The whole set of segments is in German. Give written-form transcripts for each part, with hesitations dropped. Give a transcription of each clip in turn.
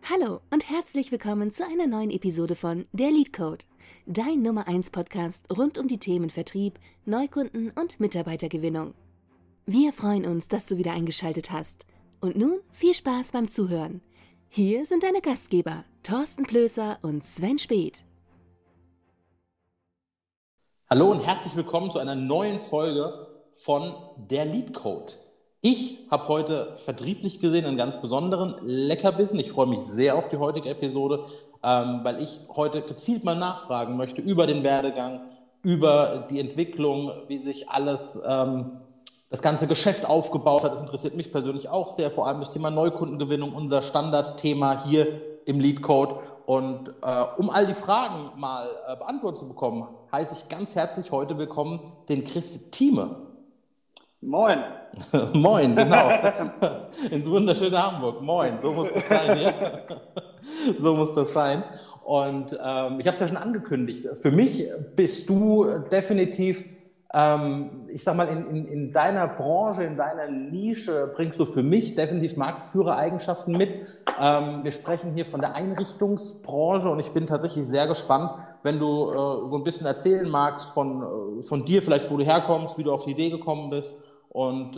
Hallo und herzlich willkommen zu einer neuen Episode von Der Leadcode, dein Nummer 1 Podcast rund um die Themen Vertrieb, Neukunden und Mitarbeitergewinnung. Wir freuen uns, dass du wieder eingeschaltet hast. Und nun viel Spaß beim Zuhören. Hier sind deine Gastgeber, Thorsten Plöser und Sven Speth. Hallo und herzlich willkommen zu einer neuen Folge von Der Leadcode. Ich habe heute vertrieblich gesehen einen ganz besonderen Leckerbissen. Ich freue mich sehr auf die heutige Episode, weil ich heute gezielt mal nachfragen möchte über den Werdegang, über die Entwicklung, wie sich alles, das ganze Geschäft aufgebaut hat. Das interessiert mich persönlich auch sehr, vor allem das Thema Neukundengewinnung, unser Standardthema hier im Leadcode. Und um all die Fragen mal beantwortet zu bekommen, heiße ich ganz herzlich heute willkommen den Chris Thieme. Moin. Moin, genau. Ins wunderschöne Hamburg. Moin, so muss das sein. Ja? So muss das sein. Und ich habe es ja schon angekündigt. Für mich bist du definitiv, ich sag mal, in deiner Branche, in deiner Nische bringst du für mich definitiv Marktführereigenschaften mit. Wir sprechen hier von der Einrichtungsbranche und ich bin tatsächlich sehr gespannt, wenn du so ein bisschen erzählen magst von dir, vielleicht wo du herkommst, wie du auf die Idee gekommen bist und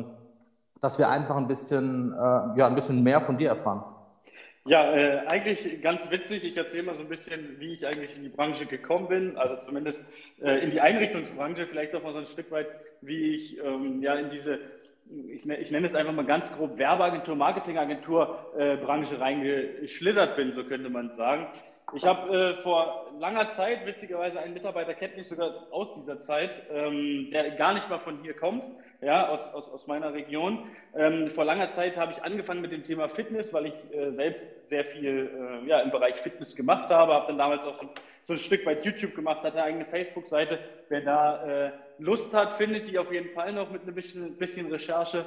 dass wir einfach ein bisschen mehr von dir erfahren. Ja, eigentlich ganz witzig. Ich erzähle mal so ein bisschen, wie ich eigentlich in die Branche gekommen bin, also zumindest in die Einrichtungsbranche, vielleicht auch mal so ein Stück weit, wie ich in diese, ich nenne es einfach mal ganz grob, Werbeagentur, Marketingagentur Branche reingeschlittert bin, so könnte man sagen. Ich habe vor langer Zeit, witzigerweise einen Mitarbeiter kennt mich sogar aus dieser Zeit, der gar nicht mal von hier kommt, ja, aus meiner Region. Vor langer Zeit habe ich angefangen mit dem Thema Fitness, weil ich selbst sehr viel im Bereich Fitness gemacht habe dann damals auch so ein Stück weit YouTube gemacht, hatte eine eigene Facebook-Seite. Wer da Lust hat, findet die auf jeden Fall noch mit ein bisschen Recherche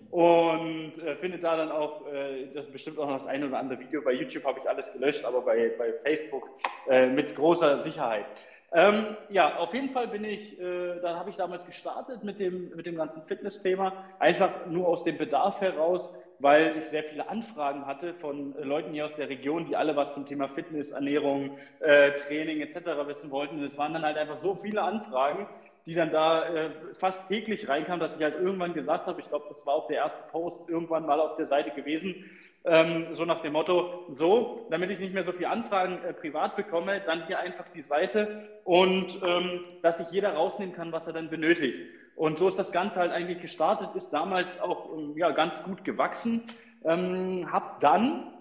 und findet da dann auch das bestimmt auch noch das eine oder andere Video. Bei YouTube habe ich alles gelöscht, aber bei Facebook mit großer Sicherheit. Auf jeden Fall da habe ich damals gestartet mit dem ganzen Fitness-Thema, einfach nur aus dem Bedarf heraus, weil ich sehr viele Anfragen hatte von Leuten hier aus der Region, die alle was zum Thema Fitness, Ernährung, Training etc. wissen wollten. Und es waren dann halt einfach so viele Anfragen, die dann da fast täglich reinkamen, dass ich halt irgendwann gesagt habe, ich glaube, das war auch der erste Post irgendwann mal auf der Seite gewesen, so nach dem Motto, so, damit ich nicht mehr so viele Anfragen privat bekomme, dann hier einfach die Seite und dass sich jeder rausnehmen kann, was er dann benötigt. Und so ist das Ganze halt eigentlich gestartet, ist damals auch ganz gut gewachsen, habe dann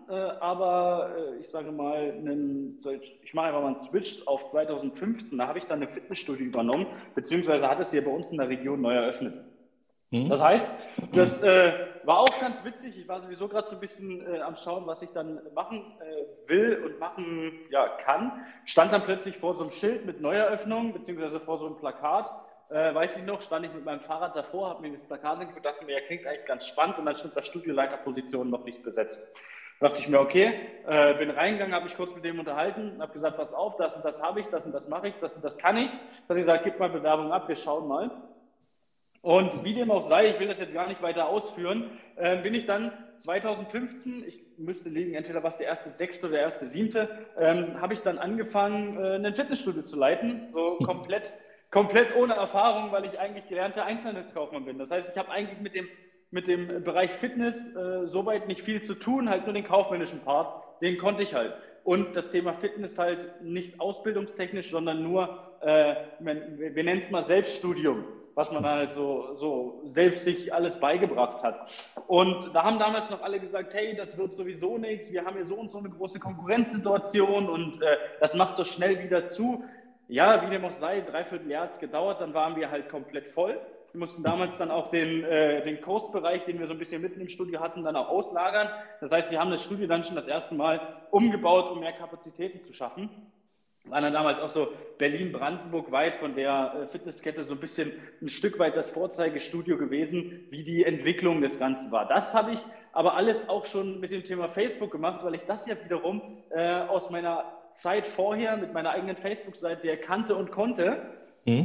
ich sage mal, ich mache einfach mal einen Switch auf 2015, da habe ich dann eine Fitnessstudio übernommen, beziehungsweise hat es hier bei uns in der Region neu eröffnet. Das heißt, das war auch ganz witzig. Ich war sowieso gerade so ein bisschen am Schauen, was ich dann machen will und machen kann. Stand dann plötzlich vor so einem Schild mit Neueröffnung, beziehungsweise vor so einem Plakat. Weiß ich noch, stand ich mit meinem Fahrrad davor, habe mir das Plakat angeguckt, dachte mir, klingt eigentlich ganz spannend und dann stand da Studioleiterposition noch nicht besetzt. Da dachte ich mir, okay, bin reingegangen, habe mich kurz mit dem unterhalten, habe gesagt, pass auf, das und das habe ich, das und das mache ich, das und das kann ich. Dann habe ich gesagt, gib mal Bewerbung ab, wir schauen mal. Und wie dem auch sei, ich will das jetzt gar nicht weiter ausführen, bin ich dann 2015, ich müsste liegen, entweder was der 1.6. oder der 1.7., habe ich dann angefangen, ein Fitnessstudio zu leiten, so komplett ohne Erfahrung, weil ich eigentlich gelernter Einzelhandelskaufmann bin. Das heißt, ich habe eigentlich mit dem Bereich Fitness soweit nicht viel zu tun, halt nur den kaufmännischen Part, den konnte ich halt. Und das Thema Fitness halt nicht ausbildungstechnisch, sondern nur, wir nennen es mal Selbststudium, was man halt so selbst sich alles beigebracht hat. Und da haben damals noch alle gesagt, hey, das wird sowieso nichts, wir haben hier so und so eine große Konkurrenzsituation und das macht doch schnell wieder zu. Ja, wie dem auch sei, 3/4 Jahr hat es gedauert, dann waren wir halt komplett voll. Wir mussten damals dann auch den Kursbereich, den wir so ein bisschen mitten im Studio hatten, dann auch auslagern. Das heißt, wir haben das Studio dann schon das erste Mal umgebaut, um mehr Kapazitäten zu schaffen. War dann damals auch so Berlin-Brandenburg weit von der Fitnesskette so ein Stück weit das Vorzeigestudio gewesen, wie die Entwicklung des Ganzen war. Das habe ich aber alles auch schon mit dem Thema Facebook gemacht, weil ich das ja wiederum aus meiner Zeit vorher mit meiner eigenen Facebook-Seite erkannte und konnte.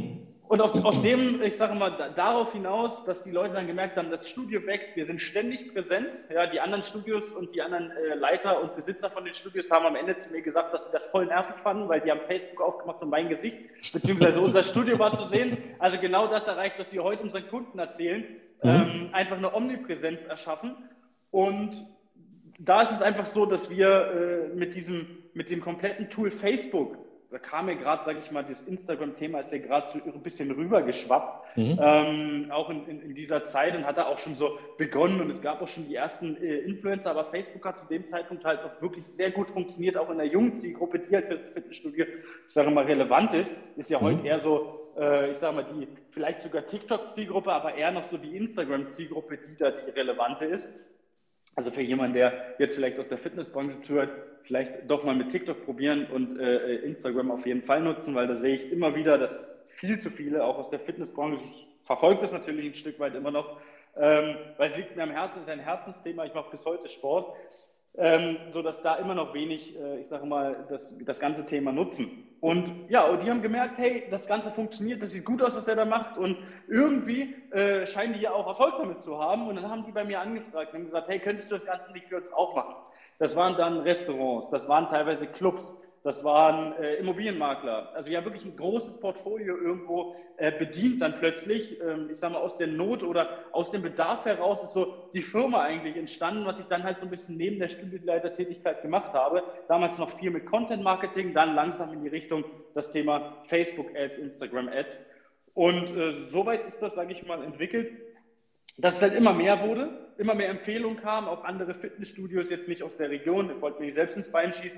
Und aus dem, ich sage mal, darauf hinaus, dass die Leute dann gemerkt haben, das Studio wächst, wir sind ständig präsent. Ja, die anderen Studios und die anderen Leiter und Besitzer von den Studios haben am Ende zu mir gesagt, dass sie das voll nervig fanden, weil die haben Facebook aufgemacht und mein Gesicht, beziehungsweise unser Studio war zu sehen. Also genau das erreicht, was wir heute unseren Kunden erzählen, einfach eine Omnipräsenz erschaffen. Und da ist es einfach so, dass wir mit dem kompletten Tool Facebook, da kam mir gerade, sage ich mal, das Instagram-Thema ist ja gerade so ein bisschen rübergeschwappt, auch in dieser Zeit, und hat da auch schon so begonnen, und es gab auch schon die ersten Influencer, aber Facebook hat zu dem Zeitpunkt halt auch wirklich sehr gut funktioniert, auch in der jungen Zielgruppe, die halt für das Fitnessstudio, ich sage mal, relevant ist ja heute eher so, ich sage mal, die vielleicht sogar TikTok-Zielgruppe, aber eher noch so die Instagram-Zielgruppe, die da die relevante ist. Also für jemanden, der jetzt vielleicht aus der Fitnessbranche zuhört, vielleicht doch mal mit TikTok probieren und Instagram auf jeden Fall nutzen, weil da sehe ich immer wieder, dass es viel zu viele, auch aus der Fitnessbranche, ich verfolge das natürlich ein Stück weit immer noch, weil es liegt mir am Herzen, es ist ein Herzensthema, ich mache bis heute Sport, sodass da immer noch wenig, ich sage mal, das ganze Thema nutzen. Und ja, und die haben gemerkt, hey, das Ganze funktioniert, das sieht gut aus, was er da macht, und irgendwie scheinen die ja auch Erfolg damit zu haben, und dann haben die bei mir angefragt und haben gesagt, hey, könntest du das Ganze nicht für uns auch machen? Das waren dann Restaurants, das waren teilweise Clubs, das waren Immobilienmakler. Also ja, wirklich ein großes Portfolio irgendwo bedient dann plötzlich, ich sage mal, aus der Not oder aus dem Bedarf heraus ist so die Firma eigentlich entstanden, was ich dann halt so ein bisschen neben der Studienleitertätigkeit gemacht habe. Damals noch viel mit Content-Marketing, dann langsam in die Richtung das Thema Facebook-Ads, Instagram-Ads. Und soweit ist das, sage ich mal, entwickelt, dass es halt immer mehr wurde, immer mehr Empfehlungen kamen, auch andere Fitnessstudios, jetzt nicht aus der Region, ich wollte mir nicht selbst ins Bein schießen.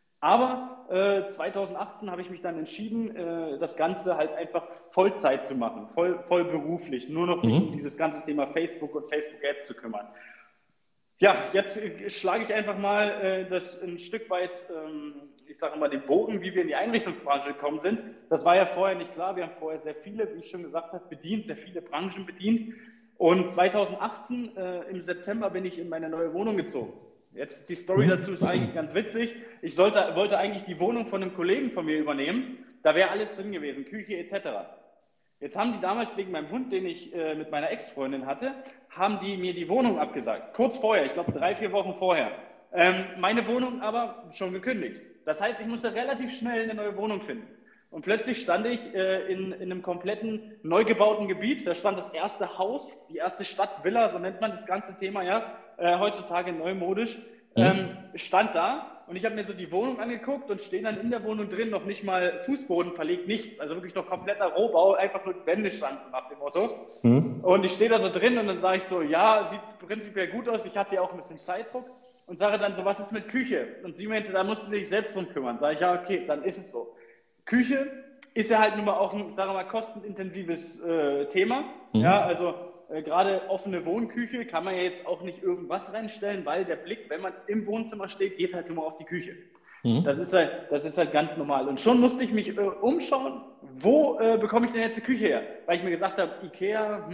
Aber 2018 habe ich mich dann entschieden, das Ganze halt einfach Vollzeit zu machen, voll beruflich, nur noch um dieses ganze Thema Facebook und Facebook-Ads zu kümmern. Ja, jetzt schlage ich einfach mal das ein Stück weit, ich sage mal, den Bogen, wie wir in die Einrichtungsbranche gekommen sind. Das war ja vorher nicht klar. Wir haben vorher sehr viele, wie ich schon gesagt habe, bedient, sehr viele Branchen bedient. Und 2018 im September bin ich in meine neue Wohnung gezogen. Jetzt ist die Story dazu ist eigentlich ganz witzig. Ich wollte eigentlich die Wohnung von einem Kollegen von mir übernehmen. Da wäre alles drin gewesen, Küche etc. Jetzt haben die damals wegen meinem Hund, den ich mit meiner Ex-Freundin hatte, haben die mir die Wohnung abgesagt. Kurz vorher, ich glaube 3-4 Wochen vorher. Meine Wohnung aber schon gekündigt. Das heißt, ich musste relativ schnell eine neue Wohnung finden. Und plötzlich stand ich in einem kompletten neu gebauten Gebiet. Da stand das erste Haus, die erste Stadtvilla, so nennt man das ganze Thema, ja, heutzutage neumodisch, stand da. Und ich habe mir so die Wohnung angeguckt und stehe dann in der Wohnung drin, noch nicht mal Fußboden verlegt, nichts. Also wirklich noch kompletter Rohbau, einfach nur die Wände standen nach dem Motto. Und ich stehe da so drin und dann sage ich so, ja, sieht prinzipiell gut aus, ich hatte ja auch ein bisschen Zeitdruck. Und sage dann so, was ist mit Küche? Und sie meinte, da musst du dich selbst drum kümmern. Sage ich, ja, okay, dann ist es so. Küche ist ja halt nun mal auch ein, ich sage mal, kostenintensives Thema. Ja, also gerade offene Wohnküche kann man ja jetzt auch nicht irgendwas reinstellen, weil der Blick, wenn man im Wohnzimmer steht, geht halt immer auf die Küche. Das ist halt ganz normal. Und schon musste ich mich umschauen, wo bekomme ich denn jetzt die Küche her? Weil ich mir gesagt habe, Ikea,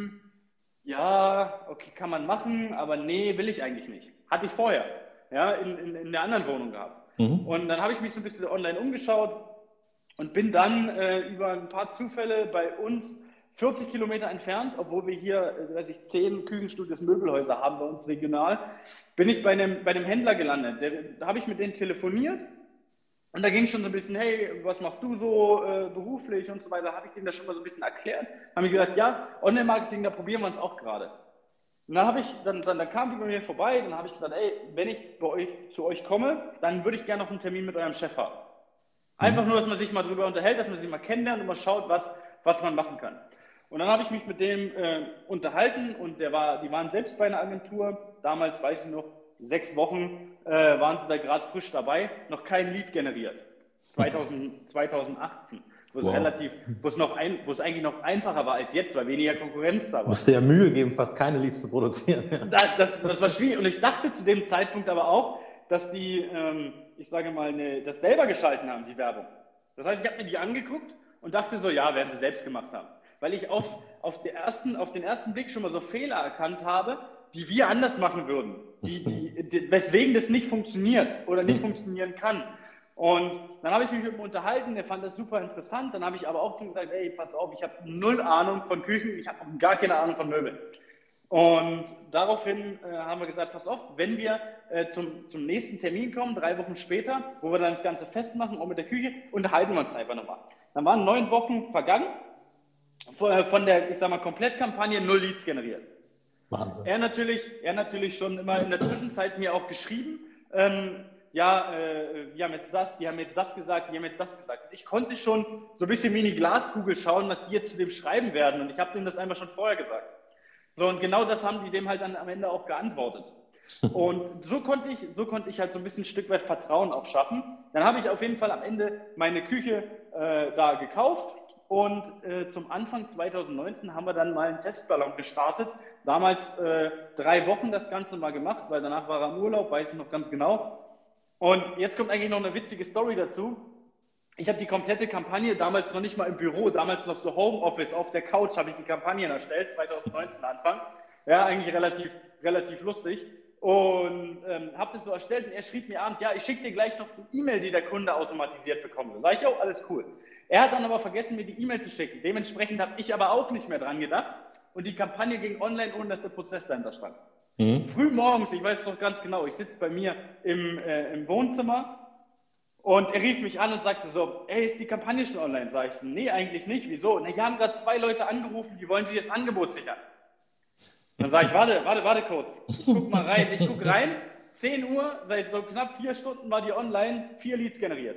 ja, okay, kann man machen, aber nee, will ich eigentlich nicht. Hatte ich vorher, ja, in der anderen Wohnung gehabt. Und dann habe ich mich so ein bisschen online umgeschaut und bin dann über ein paar Zufälle bei uns 40 Kilometer entfernt, obwohl wir hier 10 Küchenstudios, Möbelhäuser haben bei uns regional, bin ich bei einem Händler gelandet. Da habe ich mit denen telefoniert und da ging es schon so ein bisschen, hey, was machst du so beruflich und so weiter. Habe ich denen das schon mal so ein bisschen erklärt. Haben die gesagt, ja, Online-Marketing, da probieren wir uns auch gerade. Und dann kam die bei mir vorbei, dann habe ich gesagt, ey, wenn ich zu euch komme, dann würde ich gerne noch einen Termin mit eurem Chef haben. Einfach nur, dass man sich mal drüber unterhält, dass man sich mal kennenlernt und mal schaut, was man machen kann. Und dann habe ich mich mit dem unterhalten und die waren selbst bei einer Agentur, damals, weiß ich noch, 6 Wochen waren sie da gerade frisch dabei, noch kein Lead generiert, 2018, wo es eigentlich noch einfacher war als jetzt, weil weniger Konkurrenz da war. Musste ja Mühe geben, fast keine Leads zu produzieren. Das war schwierig und ich dachte zu dem Zeitpunkt aber auch, dass die, ich sage mal, das selber geschalten haben, die Werbung. Das heißt, ich habe mir die angeguckt und dachte so, ja, werden sie selbst gemacht haben. Weil ich auf den ersten Blick schon mal so Fehler erkannt habe, die wir anders machen würden, weswegen das nicht funktioniert oder nicht funktionieren kann. Und dann habe ich mich mit ihm unterhalten, der fand das super interessant. Dann habe ich aber auch zu ihm gesagt, ey, pass auf, ich habe null Ahnung von Küchen, ich habe gar keine Ahnung von Möbeln. Und daraufhin haben wir gesagt, pass auf, wenn wir zum nächsten Termin kommen, 3 Wochen später, wo wir dann das Ganze festmachen, auch mit der Küche, unterhalten wir uns einfach nochmal. Dann waren 9 Wochen vergangen, von der, ich sag mal, Komplettkampagne 0 Leads generiert. Wahnsinn. Er natürlich schon immer in der Zwischenzeit mir auch geschrieben, wir haben jetzt das, die haben jetzt das gesagt, die haben jetzt das gesagt. Und ich konnte schon so ein bisschen wie in die Glaskugel schauen, was die jetzt zu dem schreiben werden. Und ich habe dem das einfach schon vorher gesagt. So, und genau das haben die dem halt dann am Ende auch geantwortet. Und so konnte ich halt so ein bisschen ein Stück weit Vertrauen auch schaffen. Dann habe ich auf jeden Fall am Ende meine Küche da gekauft. Und zum Anfang 2019 haben wir dann mal einen Testballon gestartet. Damals 3 Wochen das Ganze mal gemacht, weil danach war er im Urlaub, weiß ich noch ganz genau. Und jetzt kommt eigentlich noch eine witzige Story dazu. Ich habe die komplette Kampagne, damals noch nicht mal im Büro, damals noch so Homeoffice, auf der Couch habe ich die Kampagnen erstellt, 2019 Anfang. Ja, eigentlich relativ lustig. Und habe das so erstellt und er schrieb mir abends, ja, ich schicke dir gleich noch die E-Mail, die der Kunde automatisiert bekommt. Da sage ich, oh, alles cool. Er hat dann aber vergessen, mir die E-Mail zu schicken. Dementsprechend habe ich aber auch nicht mehr dran gedacht. Und die Kampagne ging online, ohne dass der Prozess dahinter stand. Früh morgens, ich weiß noch ganz genau, ich sitze bei mir im Wohnzimmer und er rief mich an und sagte so, ey, ist die Kampagne schon online? Sag ich, nee, eigentlich nicht. Wieso? Na, hier haben gerade 2 Leute angerufen, die wollen sich das Angebot sichern. Dann sage ich, warte kurz. Ich gucke rein, 10 Uhr, seit so knapp 4 Stunden war die online, 4 Leads generiert.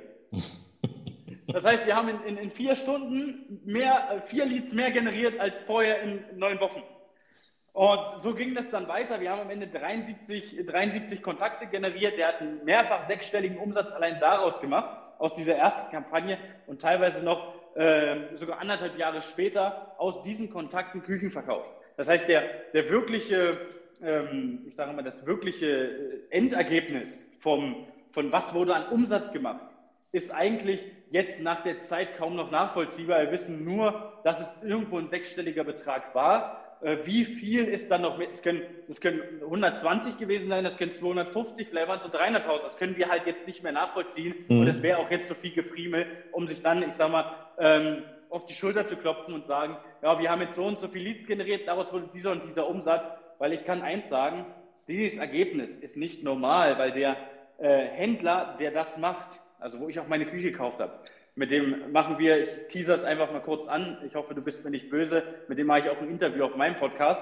Das heißt, wir haben in 4 Stunden 4 Leads mehr generiert als vorher in 9 Wochen. Und so ging das dann weiter. Wir haben am Ende 73 Kontakte generiert. Der hat einen mehrfach 6-stelligen Umsatz allein daraus gemacht, aus dieser ersten Kampagne und teilweise noch sogar 1,5 Jahre später aus diesen Kontakten Küchen verkauft. Das heißt, der wirkliche, ich sage mal, das wirkliche Endergebnis von was wurde an Umsatz gemacht, ist eigentlich jetzt nach der Zeit kaum noch nachvollziehbar. Wir wissen nur, dass es irgendwo ein 6-stelliger Betrag war. Wie viel ist dann noch mit? Es können 120 gewesen sein, das können 250, vielleicht waren es so 300.000. Das können wir halt jetzt nicht mehr nachvollziehen. Und es wäre auch jetzt so viel Gefriemel, um sich dann, ich sag mal, auf die Schulter zu klopfen und sagen, ja, wir haben jetzt so und so viel Leads generiert, daraus wurde dieser und dieser Umsatz. Weil ich kann eins sagen, dieses Ergebnis ist nicht normal, weil der Händler, der das macht, also wo ich auch meine Küche gekauft habe, mit dem machen wir, ich teaser es einfach mal kurz an, ich hoffe, du bist mir nicht böse, mit dem mache ich auch ein Interview auf meinem Podcast.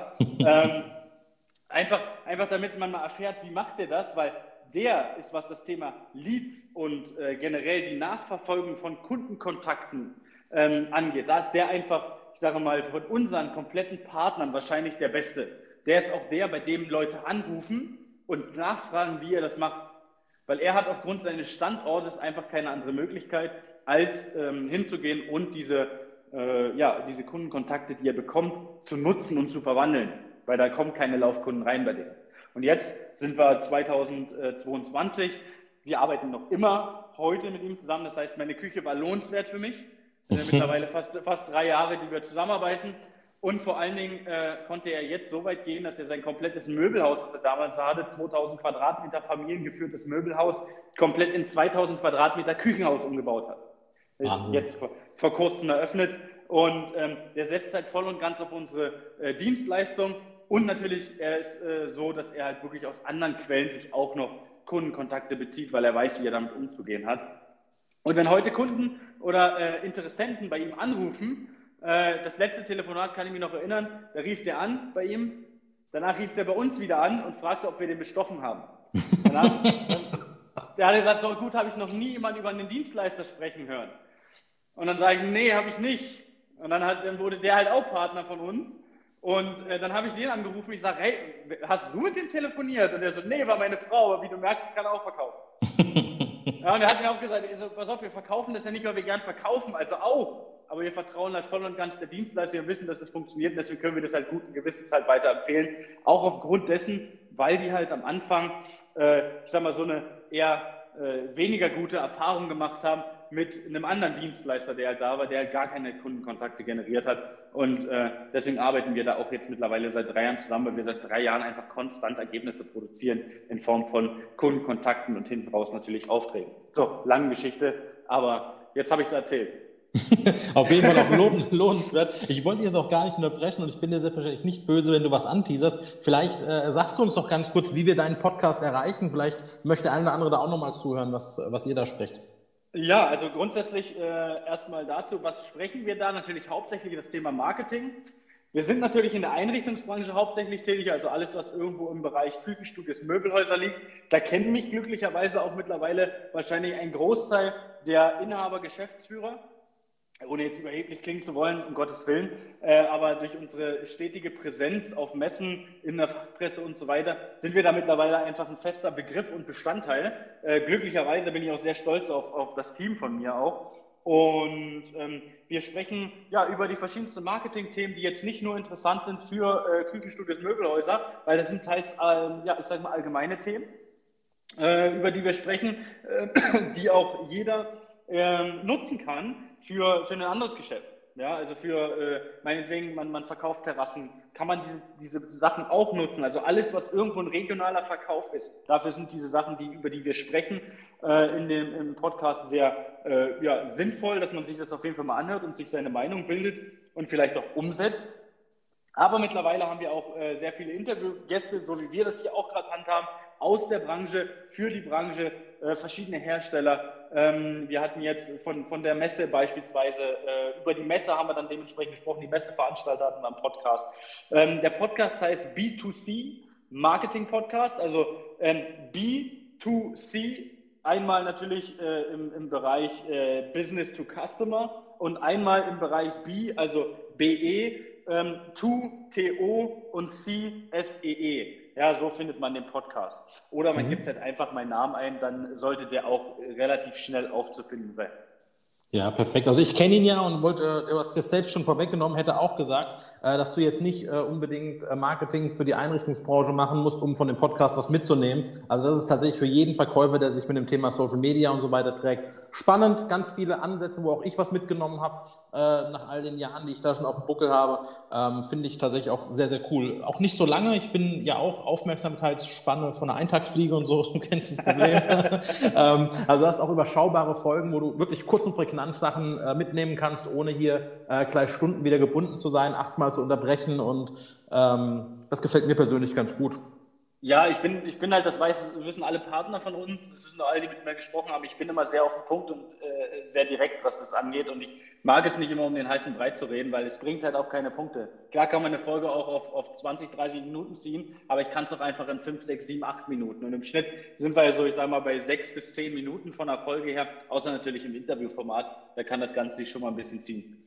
Einfach damit man mal erfährt, wie macht der das, weil der ist, was das Thema Leads und generell die Nachverfolgung von Kundenkontakten angeht, da ist der einfach, ich sage mal, von unseren kompletten Partnern wahrscheinlich der Beste. Der ist auch der, bei dem Leute anrufen und nachfragen, wie er das macht. Weil er hat aufgrund seines Standortes einfach keine andere Möglichkeit, als hinzugehen und diese Kundenkontakte, die er bekommt, zu nutzen und zu verwandeln. Weil da kommen keine Laufkunden rein bei denen. Und jetzt sind wir 2022. Wir arbeiten noch immer heute mit ihm zusammen. Das heißt, meine Küche war lohnenswert für mich. Mittlerweile fast 3 Jahre, die wir zusammenarbeiten. Und vor allen Dingen konnte er jetzt so weit gehen, dass er sein komplettes Möbelhaus, das er damals hatte, 2000 Quadratmeter familiengeführtes Möbelhaus, komplett in 2000 Quadratmeter Küchenhaus umgebaut hat. Wahnsinn. Jetzt vor kurzem eröffnet. Und der setzt halt voll und ganz auf unsere Dienstleistung. Und natürlich, er ist so, dass er halt wirklich aus anderen Quellen sich auch noch Kundenkontakte bezieht, weil er weiß, wie er damit umzugehen hat. Und wenn heute Kunden oder Interessenten bei ihm anrufen, das letzte Telefonat kann ich mich noch erinnern, da rief der an bei ihm, danach rief der bei uns wieder an und fragte, ob wir den bestochen haben. Der hat gesagt, so gut habe ich noch nie jemanden über einen Dienstleister sprechen hören. Und dann sage ich, nee, habe ich nicht. Und dann wurde der halt auch Partner von uns. Und dann habe ich den angerufen, ich sage, hey, hast du mit dem telefoniert? Und er so, nee, war meine Frau, aber wie du merkst, kann er auch verkaufen. Ja, und er hat mir auch gesagt, so, pass auf, wir verkaufen das ja nicht, weil wir gern verkaufen, also auch. Aber wir vertrauen halt voll und ganz der Dienstleister, wir wissen, dass das funktioniert und deswegen können wir das halt guten Gewissens halt weiterempfehlen. Auch aufgrund dessen, weil die halt am Anfang, ich sag mal, so eine eher weniger gute Erfahrung gemacht haben, mit einem anderen Dienstleister, der halt da war, der halt gar keine Kundenkontakte generiert hat. Und deswegen arbeiten wir da auch jetzt mittlerweile seit 3 Jahren zusammen, weil wir seit 3 Jahren einfach konstant Ergebnisse produzieren in Form von Kundenkontakten und hinten raus natürlich Aufträgen. So, lange Geschichte, aber jetzt habe ich es erzählt. Auf jeden Fall auch lohnenswert. Ich wollte dich jetzt auch gar nicht unterbrechen und ich bin dir selbstverständlich nicht böse, wenn du was anteaserst. Vielleicht sagst du uns doch ganz kurz, wie wir deinen Podcast erreichen. Vielleicht möchte der eine oder andere da auch nochmal zuhören, was ihr da sprecht. Ja, also grundsätzlich erstmal dazu, was sprechen wir da? Natürlich hauptsächlich das Thema Marketing. Wir sind natürlich in der Einrichtungsbranche hauptsächlich tätig, also alles, was irgendwo im Bereich Küchenstudios, Möbelhäuser liegt. Da kennen mich glücklicherweise auch mittlerweile wahrscheinlich ein Großteil der Inhaber, Geschäftsführer. Ohne jetzt überheblich klingen zu wollen, um Gottes Willen, aber durch unsere stetige Präsenz auf Messen, in der Fachpresse und so weiter, sind wir da mittlerweile einfach ein fester Begriff und Bestandteil. Glücklicherweise bin ich auch sehr stolz auf das Team von mir auch. Und wir sprechen ja über die verschiedensten Marketingthemen, die jetzt nicht nur interessant sind für Küchenstudios, Möbelhäuser, weil das sind teils, ich sag mal, allgemeine Themen, über die wir sprechen, die auch jeder nutzen kann für ein anderes Geschäft. Ja, also für meinetwegen, man verkauft Terrassen, kann man diese Sachen auch nutzen. Also alles, was irgendwo ein regionaler Verkauf ist. Dafür sind diese Sachen, über die wir sprechen, im Podcast sehr sinnvoll, dass man sich das auf jeden Fall mal anhört und sich seine Meinung bildet und vielleicht auch umsetzt. Aber mittlerweile haben wir auch sehr viele Interviewgäste, so wie wir das hier auch gerade handhaben, aus der Branche, für die Branche, verschiedene Hersteller. Wir hatten jetzt von der Messe beispielsweise, über die Messe haben wir dann dementsprechend gesprochen, die Messeveranstalter hatten wir einen Podcast. Der Podcast heißt B2C, Marketing Podcast, also B2C, einmal natürlich im Bereich Business to Customer und einmal im Bereich B, also BE, To, TO und C, SEE. Ja, so findet man den Podcast. Oder man gibt halt einfach meinen Namen ein, dann sollte der auch relativ schnell aufzufinden sein. Ja, perfekt. Also ich kenne ihn ja und wollte, du hast das selbst schon vorweggenommen, hätte auch gesagt, dass du jetzt nicht unbedingt Marketing für die Einrichtungsbranche machen musst, um von dem Podcast was mitzunehmen. Also das ist tatsächlich für jeden Verkäufer, der sich mit dem Thema Social Media und so weiter trägt, spannend. Ganz viele Ansätze, wo auch ich was mitgenommen habe, nach all den Jahren, die ich da schon auf dem Buckel habe, finde ich tatsächlich auch sehr, sehr cool. Auch nicht so lange. Ich bin ja auch Aufmerksamkeitsspanne von einer Eintagsfliege und so, du kennst das Problem. Also du hast auch überschaubare Folgen, wo du wirklich kurz und prägnant Sachen mitnehmen kannst, ohne hier gleich Stunden wieder gebunden zu sein, 8-mal zu unterbrechen und das gefällt mir persönlich ganz gut. Ja, ich bin halt, das wissen alle Partner von uns, das wissen alle, die mit mir gesprochen haben, ich bin immer sehr auf den Punkt und sehr direkt, was das angeht und ich mag es nicht immer um den heißen Brei zu reden, weil es bringt halt auch keine Punkte. Klar kann man eine Folge auch auf 20, 30 Minuten ziehen, aber ich kann es auch einfach in 5, 6, 7, 8 Minuten und im Schnitt sind wir ja so, ich sag mal, bei 6 bis 10 Minuten von der Folge her, außer natürlich im Interviewformat, da kann das Ganze sich schon mal ein bisschen ziehen.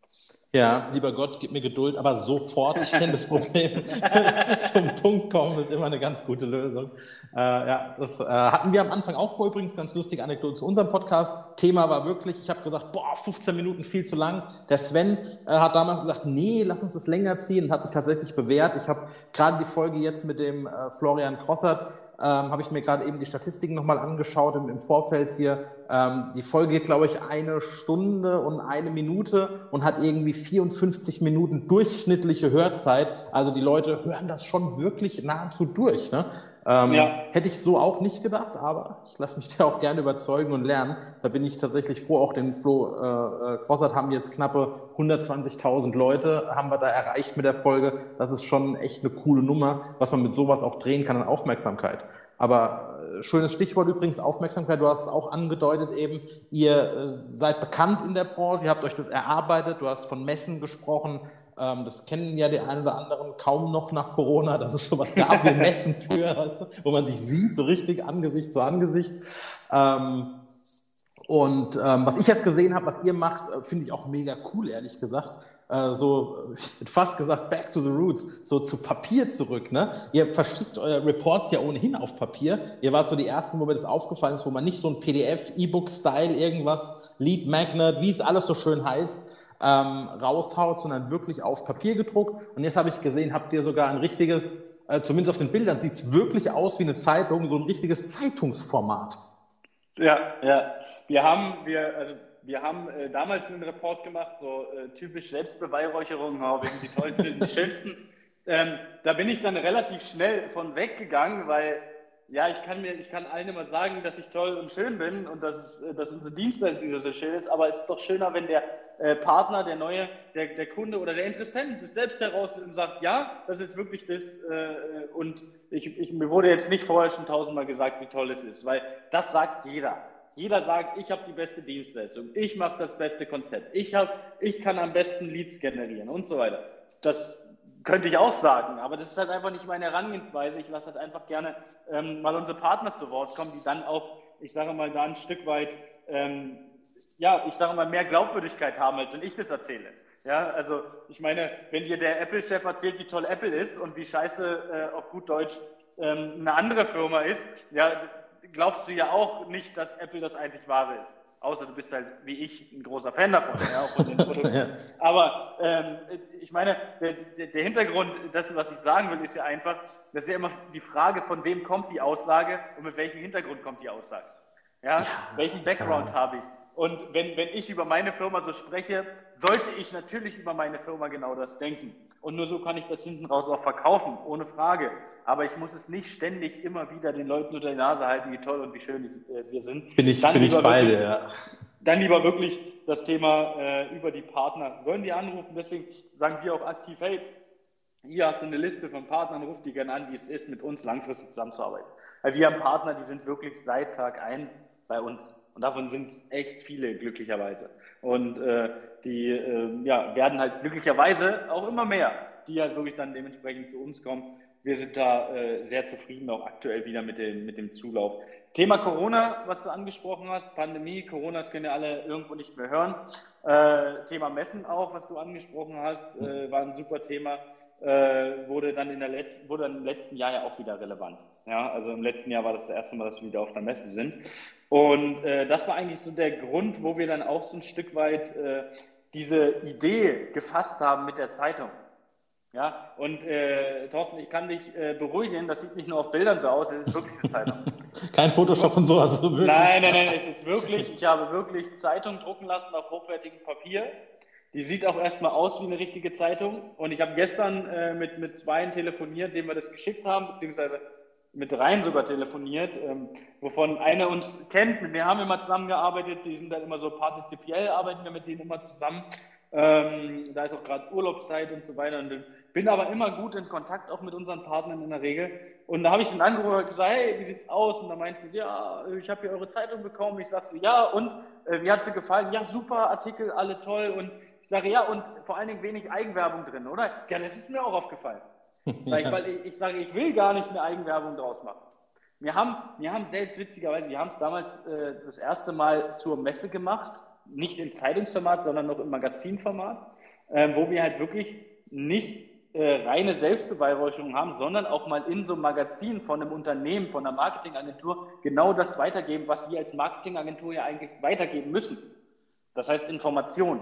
Ja, lieber Gott, gib mir Geduld, aber sofort, ich kenne das Problem, zum Punkt kommen ist immer eine ganz gute Lösung. Das hatten wir am Anfang auch vor, übrigens, ganz lustige Anekdote zu unserem Podcast. Thema war wirklich, ich habe gesagt, 15 Minuten viel zu lang. Der Sven hat damals gesagt, nee, lass uns das länger ziehen und hat sich tatsächlich bewährt. Ich habe gerade die Folge jetzt mit dem Florian Krossert, habe ich mir gerade eben die Statistiken nochmal angeschaut im Vorfeld hier. Die Folge geht, glaube ich, 1 Stunde und 1 Minute und hat irgendwie 54 Minuten durchschnittliche Hörzeit. Also die Leute hören das schon wirklich nahezu durch, ne? Hätte ich so auch nicht gedacht, aber ich lasse mich da auch gerne überzeugen und lernen. Da bin ich tatsächlich froh, auch den Flo Krossert haben jetzt knappe 120.000 Leute, haben wir da erreicht mit der Folge. Das ist schon echt eine coole Nummer, was man mit sowas auch drehen kann an Aufmerksamkeit. Aber schönes Stichwort übrigens, Aufmerksamkeit, du hast es auch angedeutet eben, ihr seid bekannt in der Branche, ihr habt euch das erarbeitet, du hast von Messen gesprochen, das kennen ja die einen oder anderen kaum noch nach Corona, dass es sowas gab wie Messen früher, weißt du, wo man sich sieht, so richtig Angesicht zu Angesicht. Was ich jetzt gesehen habe, was ihr macht, finde ich auch mega cool, ehrlich gesagt. Ich hätte fast gesagt, back to the roots, so zu Papier zurück, ne? Ihr verschickt eure Reports ja ohnehin auf Papier. Ihr wart so die Ersten, wo mir das aufgefallen ist, wo man nicht so ein PDF, E-Book-Style, irgendwas, Lead Magnet, wie es alles so schön heißt, raushaut, sondern wirklich auf Papier gedruckt. Und jetzt habe ich gesehen, habt ihr sogar ein richtiges, zumindest auf den Bildern sieht es wirklich aus wie eine Zeitung, so ein richtiges Zeitungsformat. Ja. wir haben damals einen Report gemacht, so typisch Selbstbeweihräucherung, wir sind die Tollsten, die Schönsten. Da bin ich dann relativ schnell von weggegangen, weil ja, ich kann allen immer sagen, dass ich toll und schön bin und dass unsere Dienstleistung so schön ist, aber es ist doch schöner, wenn der Partner, der Neue, der Kunde oder der Interessent es selbst heraus und sagt, ja, das ist wirklich das und mir wurde jetzt nicht vorher schon 1000-mal gesagt, wie toll es ist, weil das sagt jeder. Jeder sagt, ich habe die beste Dienstleistung, ich mache das beste Konzept, ich kann am besten Leads generieren und so weiter. Das könnte ich auch sagen, aber das ist halt einfach nicht meine Herangehensweise. Ich lasse halt einfach gerne mal unsere Partner zu Wort kommen, die dann auch, ich sage mal, da ein Stück weit, mehr Glaubwürdigkeit haben, als wenn ich das erzähle. Ja, also ich meine, wenn dir der Apple-Chef erzählt, wie toll Apple ist und wie scheiße auf gut Deutsch eine andere Firma ist, ja, glaubst du ja auch nicht, dass Apple das einzig Wahre ist. Außer du bist halt, wie ich, ein großer Fan davon, ja, auch von den Produkten. Ja. Aber ich meine, der Hintergrund dessen, was ich sagen will, ist ja einfach, das ist ja immer die Frage, von wem kommt die Aussage und mit welchem Hintergrund kommt die Aussage. Ja? Welchen Background habe ich? Und wenn ich über meine Firma so spreche, sollte ich natürlich über meine Firma genau das denken. Und nur so kann ich das hinten raus auch verkaufen, ohne Frage. Aber ich muss es nicht ständig immer wieder den Leuten unter die Nase halten, wie toll und wie schön wir sind. Bin ich beide, ja. Dann lieber wirklich das Thema über die Partner. Sollen die anrufen? Deswegen sagen wir auch aktiv, hey, hier hast du eine Liste von Partnern, ruf die gerne an, wie es ist, mit uns langfristig zusammenzuarbeiten. Weil wir haben Partner, die sind wirklich seit Tag 1 bei uns. Und davon sind es echt viele, glücklicherweise. Und die werden halt glücklicherweise auch immer mehr, die halt wirklich dann dementsprechend zu uns kommen. Wir sind da sehr zufrieden, auch aktuell wieder mit dem Zulauf. Thema Corona, was du angesprochen hast, Pandemie, Corona, das können ja alle irgendwo nicht mehr hören. Thema Messen auch, was du angesprochen hast, war ein super Thema. Wurde dann im letzten Jahr ja auch wieder relevant. Ja, also im letzten Jahr war das erste Mal, dass wir wieder auf der Messe sind. Und das war eigentlich so der Grund, wo wir dann auch so ein Stück weit diese Idee gefasst haben mit der Zeitung. Ja, und Thorsten, ich kann dich beruhigen, das sieht nicht nur auf Bildern so aus, es ist wirklich eine Zeitung. Kein Photoshop und sowas. Also wirklich. Nein, es ist wirklich, ich habe wirklich Zeitung drucken lassen auf hochwertigem Papier. Die sieht auch erstmal aus wie eine richtige Zeitung. Und ich habe gestern mit zweien telefoniert, denen wir das geschickt haben, beziehungsweise mit dreien sogar telefoniert, wovon einer uns kennt. Wir haben immer zusammengearbeitet, die sind dann immer so partizipiell, arbeiten wir mit denen immer zusammen. Da ist auch gerade Urlaubszeit und so weiter. Und bin aber immer gut in Kontakt, auch mit unseren Partnern in der Regel. Und da habe ich den angerufen und gesagt, hey, wie sieht's aus? Und da meinte sie, ja, ich habe hier eure Zeitung bekommen. Ich sage so, ja, und wie hat sie gefallen? Ja, super, Artikel, alle toll. Und ich sage, ja, und vor allen Dingen wenig Eigenwerbung drin, oder? Ja, das ist mir auch aufgefallen. Ja. Weil ich sage, ich will gar nicht eine Eigenwerbung draus machen. Wir haben selbst witzigerweise, wir haben es damals das erste Mal zur Messe gemacht, nicht im Zeitungsformat, sondern noch im Magazinformat, wo wir halt wirklich nicht reine Selbstbeweihräucherung haben, sondern auch mal in so einem Magazin von einem Unternehmen, von einer Marketingagentur genau das weitergeben, was wir als Marketingagentur ja eigentlich weitergeben müssen. Das heißt Informationen,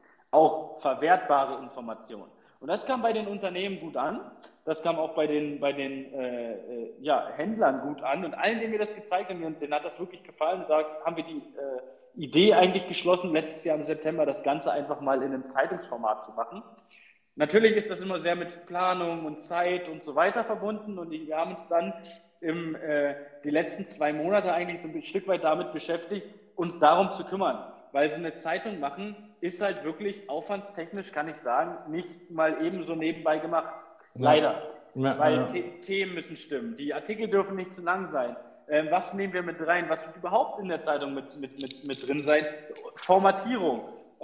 auch verwertbare Informationen. Und das kam bei den Unternehmen gut an, das kam auch bei den Händlern gut an und allen, denen wir das gezeigt haben, und denen hat das wirklich gefallen. Und da haben wir die Idee eigentlich geschlossen, letztes Jahr im September das Ganze einfach mal in einem Zeitungsformat zu machen. Natürlich ist das immer sehr mit Planung und Zeit und so weiter verbunden und wir haben uns dann die letzten 2 Monate eigentlich so ein Stück weit damit beschäftigt, uns darum zu kümmern. Weil so eine Zeitung machen ist halt wirklich aufwandstechnisch, kann ich sagen, nicht mal eben so nebenbei gemacht. Ja. Leider. Ja, weil Themen müssen stimmen. Die Artikel dürfen nicht zu lang sein. Was nehmen wir mit rein? Was wird überhaupt in der Zeitung mit drin sein? Formatierung.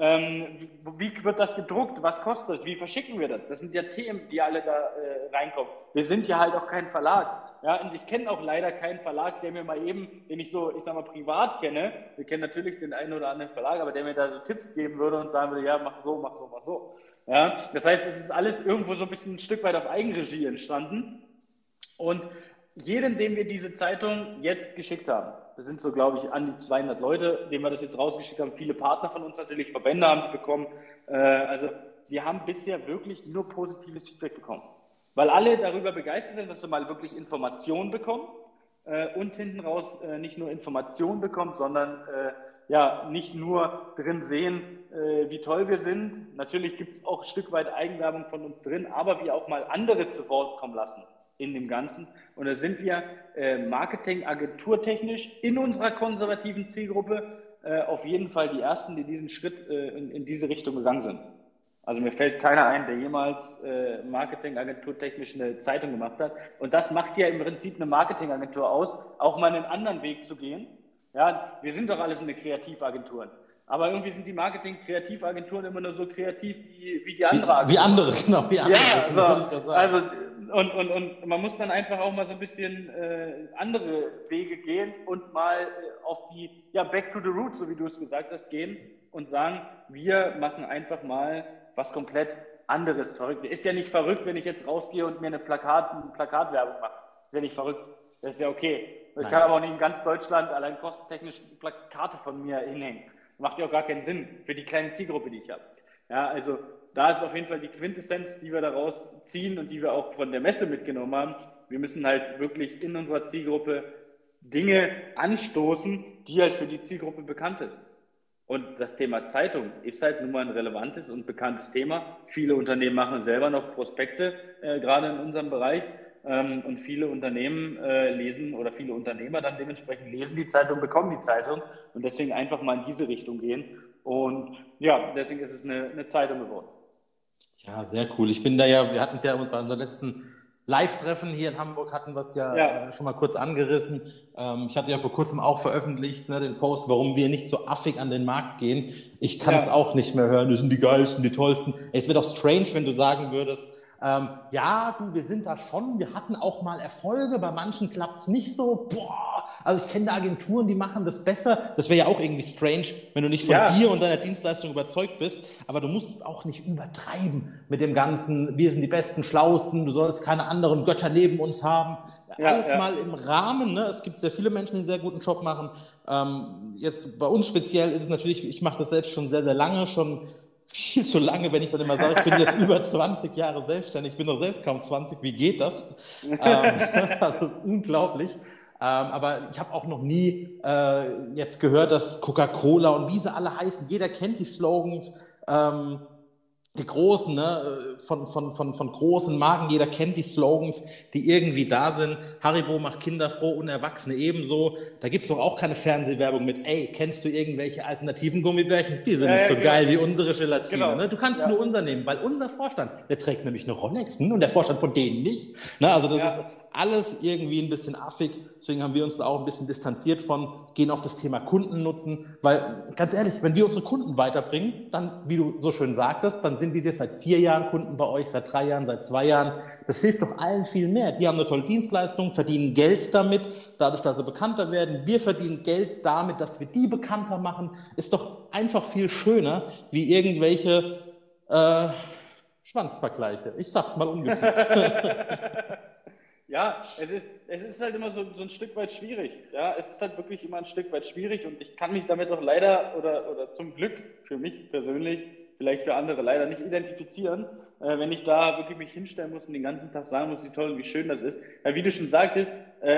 Wie wird das gedruckt? Was kostet das? Wie verschicken wir das? Das sind ja Themen, die alle da reinkommen. Wir sind ja halt auch kein Verlag. Ja, und ich kenne auch leider keinen Verlag, der mir mal eben, den ich so, ich sag mal, privat kenne. Wir kennen natürlich den einen oder anderen Verlag, aber der mir da so Tipps geben würde und sagen würde, ja, mach so, mach so, mach so. Ja, das heißt, es ist alles irgendwo so ein bisschen ein Stück weit auf Eigenregie entstanden. Und jedem, dem wir diese Zeitung jetzt geschickt haben, das sind so, glaube ich, an die 200 Leute, denen wir das jetzt rausgeschickt haben, viele Partner von uns natürlich, Verbände haben die bekommen. Also wir haben bisher wirklich nur positives Feedback bekommen. Weil alle darüber begeistert sind, dass sie mal wirklich Informationen bekommen und hinten raus nicht nur Informationen bekommen, sondern ja nicht nur drin sehen, wie toll wir sind. Natürlich gibt es auch ein Stück weit Eigenwerbung von uns drin, aber wir auch mal andere zu Wort kommen lassen in dem Ganzen. Und da sind wir marketing-agenturtechnisch in unserer konservativen Zielgruppe auf jeden Fall die Ersten, die diesen Schritt in diese Richtung gegangen sind. Also mir fällt keiner ein, der jemals marketing-agenturtechnisch eine Zeitung gemacht hat. Und das macht ja im Prinzip eine Marketingagentur aus, auch mal einen anderen Weg zu gehen. Ja, wir sind doch alles eine Kreativagenturen. Aber irgendwie sind die Marketing-Kreativagenturen immer nur so kreativ wie die andere Agentur. Wie andere, genau. Wie andere, ja, also und man muss dann einfach auch mal so ein bisschen andere Wege gehen und mal auf die, back to the roots, so wie du es gesagt hast, gehen und sagen, wir machen einfach mal was komplett anderes. Verrückt. Ist ja nicht verrückt, wenn ich jetzt rausgehe und mir eine Plakatwerbung mache. Ist ja nicht verrückt. Das ist ja okay. Ich kann aber auch nicht in ganz Deutschland allein kostentechnisch Plakate von mir hinhängen. Macht ja auch gar keinen Sinn für die kleine Zielgruppe, die ich habe. Ja, also da ist auf jeden Fall die Quintessenz, die wir daraus ziehen und die wir auch von der Messe mitgenommen haben. Wir müssen halt wirklich in unserer Zielgruppe Dinge anstoßen, die halt für die Zielgruppe bekannt ist. Und das Thema Zeitung ist halt nun mal ein relevantes und bekanntes Thema. Viele Unternehmen machen selber noch Prospekte, gerade in unserem Bereich. Und viele Unternehmen lesen oder viele Unternehmer dann dementsprechend lesen die Zeitung, bekommen die Zeitung und deswegen einfach mal in diese Richtung gehen. Und ja, deswegen ist es eine Zeitung geworden. Ja, sehr cool. Ich bin da ja, wir hatten es ja bei unserem letzten Live-Treffen hier in Hamburg, hatten wir es ja schon mal kurz angerissen. Ich hatte ja vor kurzem auch veröffentlicht, den Post, warum wir nicht so affig an den Markt gehen. Ich kann es auch nicht mehr hören, das sind die geilsten, die tollsten. Es wäre doch strange, wenn du sagen würdest, wir sind da schon, wir hatten auch mal Erfolge, bei manchen klappt es nicht so, also ich kenne da Agenturen, die machen das besser, das wäre ja auch irgendwie strange, wenn du nicht von dir und deiner Dienstleistung überzeugt bist, aber du musst es auch nicht übertreiben mit dem Ganzen, wir sind die Besten, Schlausten, du sollst keine anderen Götter neben uns haben, alles mal im Rahmen, es gibt sehr viele Menschen, die einen sehr guten Job machen, jetzt bei uns speziell ist es natürlich, ich mache das selbst schon sehr, sehr lange, schon viel zu lange, wenn ich dann immer sage, ich bin jetzt über 20 Jahre selbstständig, ich bin doch selbst kaum 20, wie geht das? Das ist unglaublich. Aber ich habe auch noch nie jetzt gehört, dass Coca-Cola und wie sie alle heißen, jeder kennt die Slogans, die großen, von großen Marken, jeder kennt die Slogans, die irgendwie da sind. Haribo macht Kinder froh und Erwachsene ebenso. Da gibt es doch auch keine Fernsehwerbung mit, kennst du irgendwelche alternativen Gummibärchen? Die sind nicht so geil wie unsere Gelatine. Genau. Ne? Du kannst nur unser nehmen, weil unser Vorstand, der trägt nämlich eine Rolex und der Vorstand von denen nicht. Also das ist alles irgendwie ein bisschen affig, deswegen haben wir uns da auch ein bisschen distanziert von, gehen auf das Thema Kundennutzen, weil ganz ehrlich, wenn wir unsere Kunden weiterbringen, dann, wie du so schön sagtest, dann sind die jetzt seit 4 Jahren Kunden bei euch, seit 3 Jahren, seit 2 Jahren, das hilft doch allen viel mehr. Die haben eine tolle Dienstleistung, verdienen Geld damit, dadurch, dass sie bekannter werden, wir verdienen Geld damit, dass wir die bekannter machen, ist doch einfach viel schöner, wie irgendwelche Schwanzvergleiche. Ich sag's mal umgekehrt. Ja, es ist halt immer so ein Stück weit schwierig. Ja, es ist halt wirklich immer ein Stück weit schwierig und ich kann mich damit auch leider oder zum Glück für mich persönlich, vielleicht für andere leider nicht identifizieren, wenn ich da wirklich mich hinstellen muss und den ganzen Tag sagen muss, wie toll und wie schön das ist. Weil wie du schon sagtest,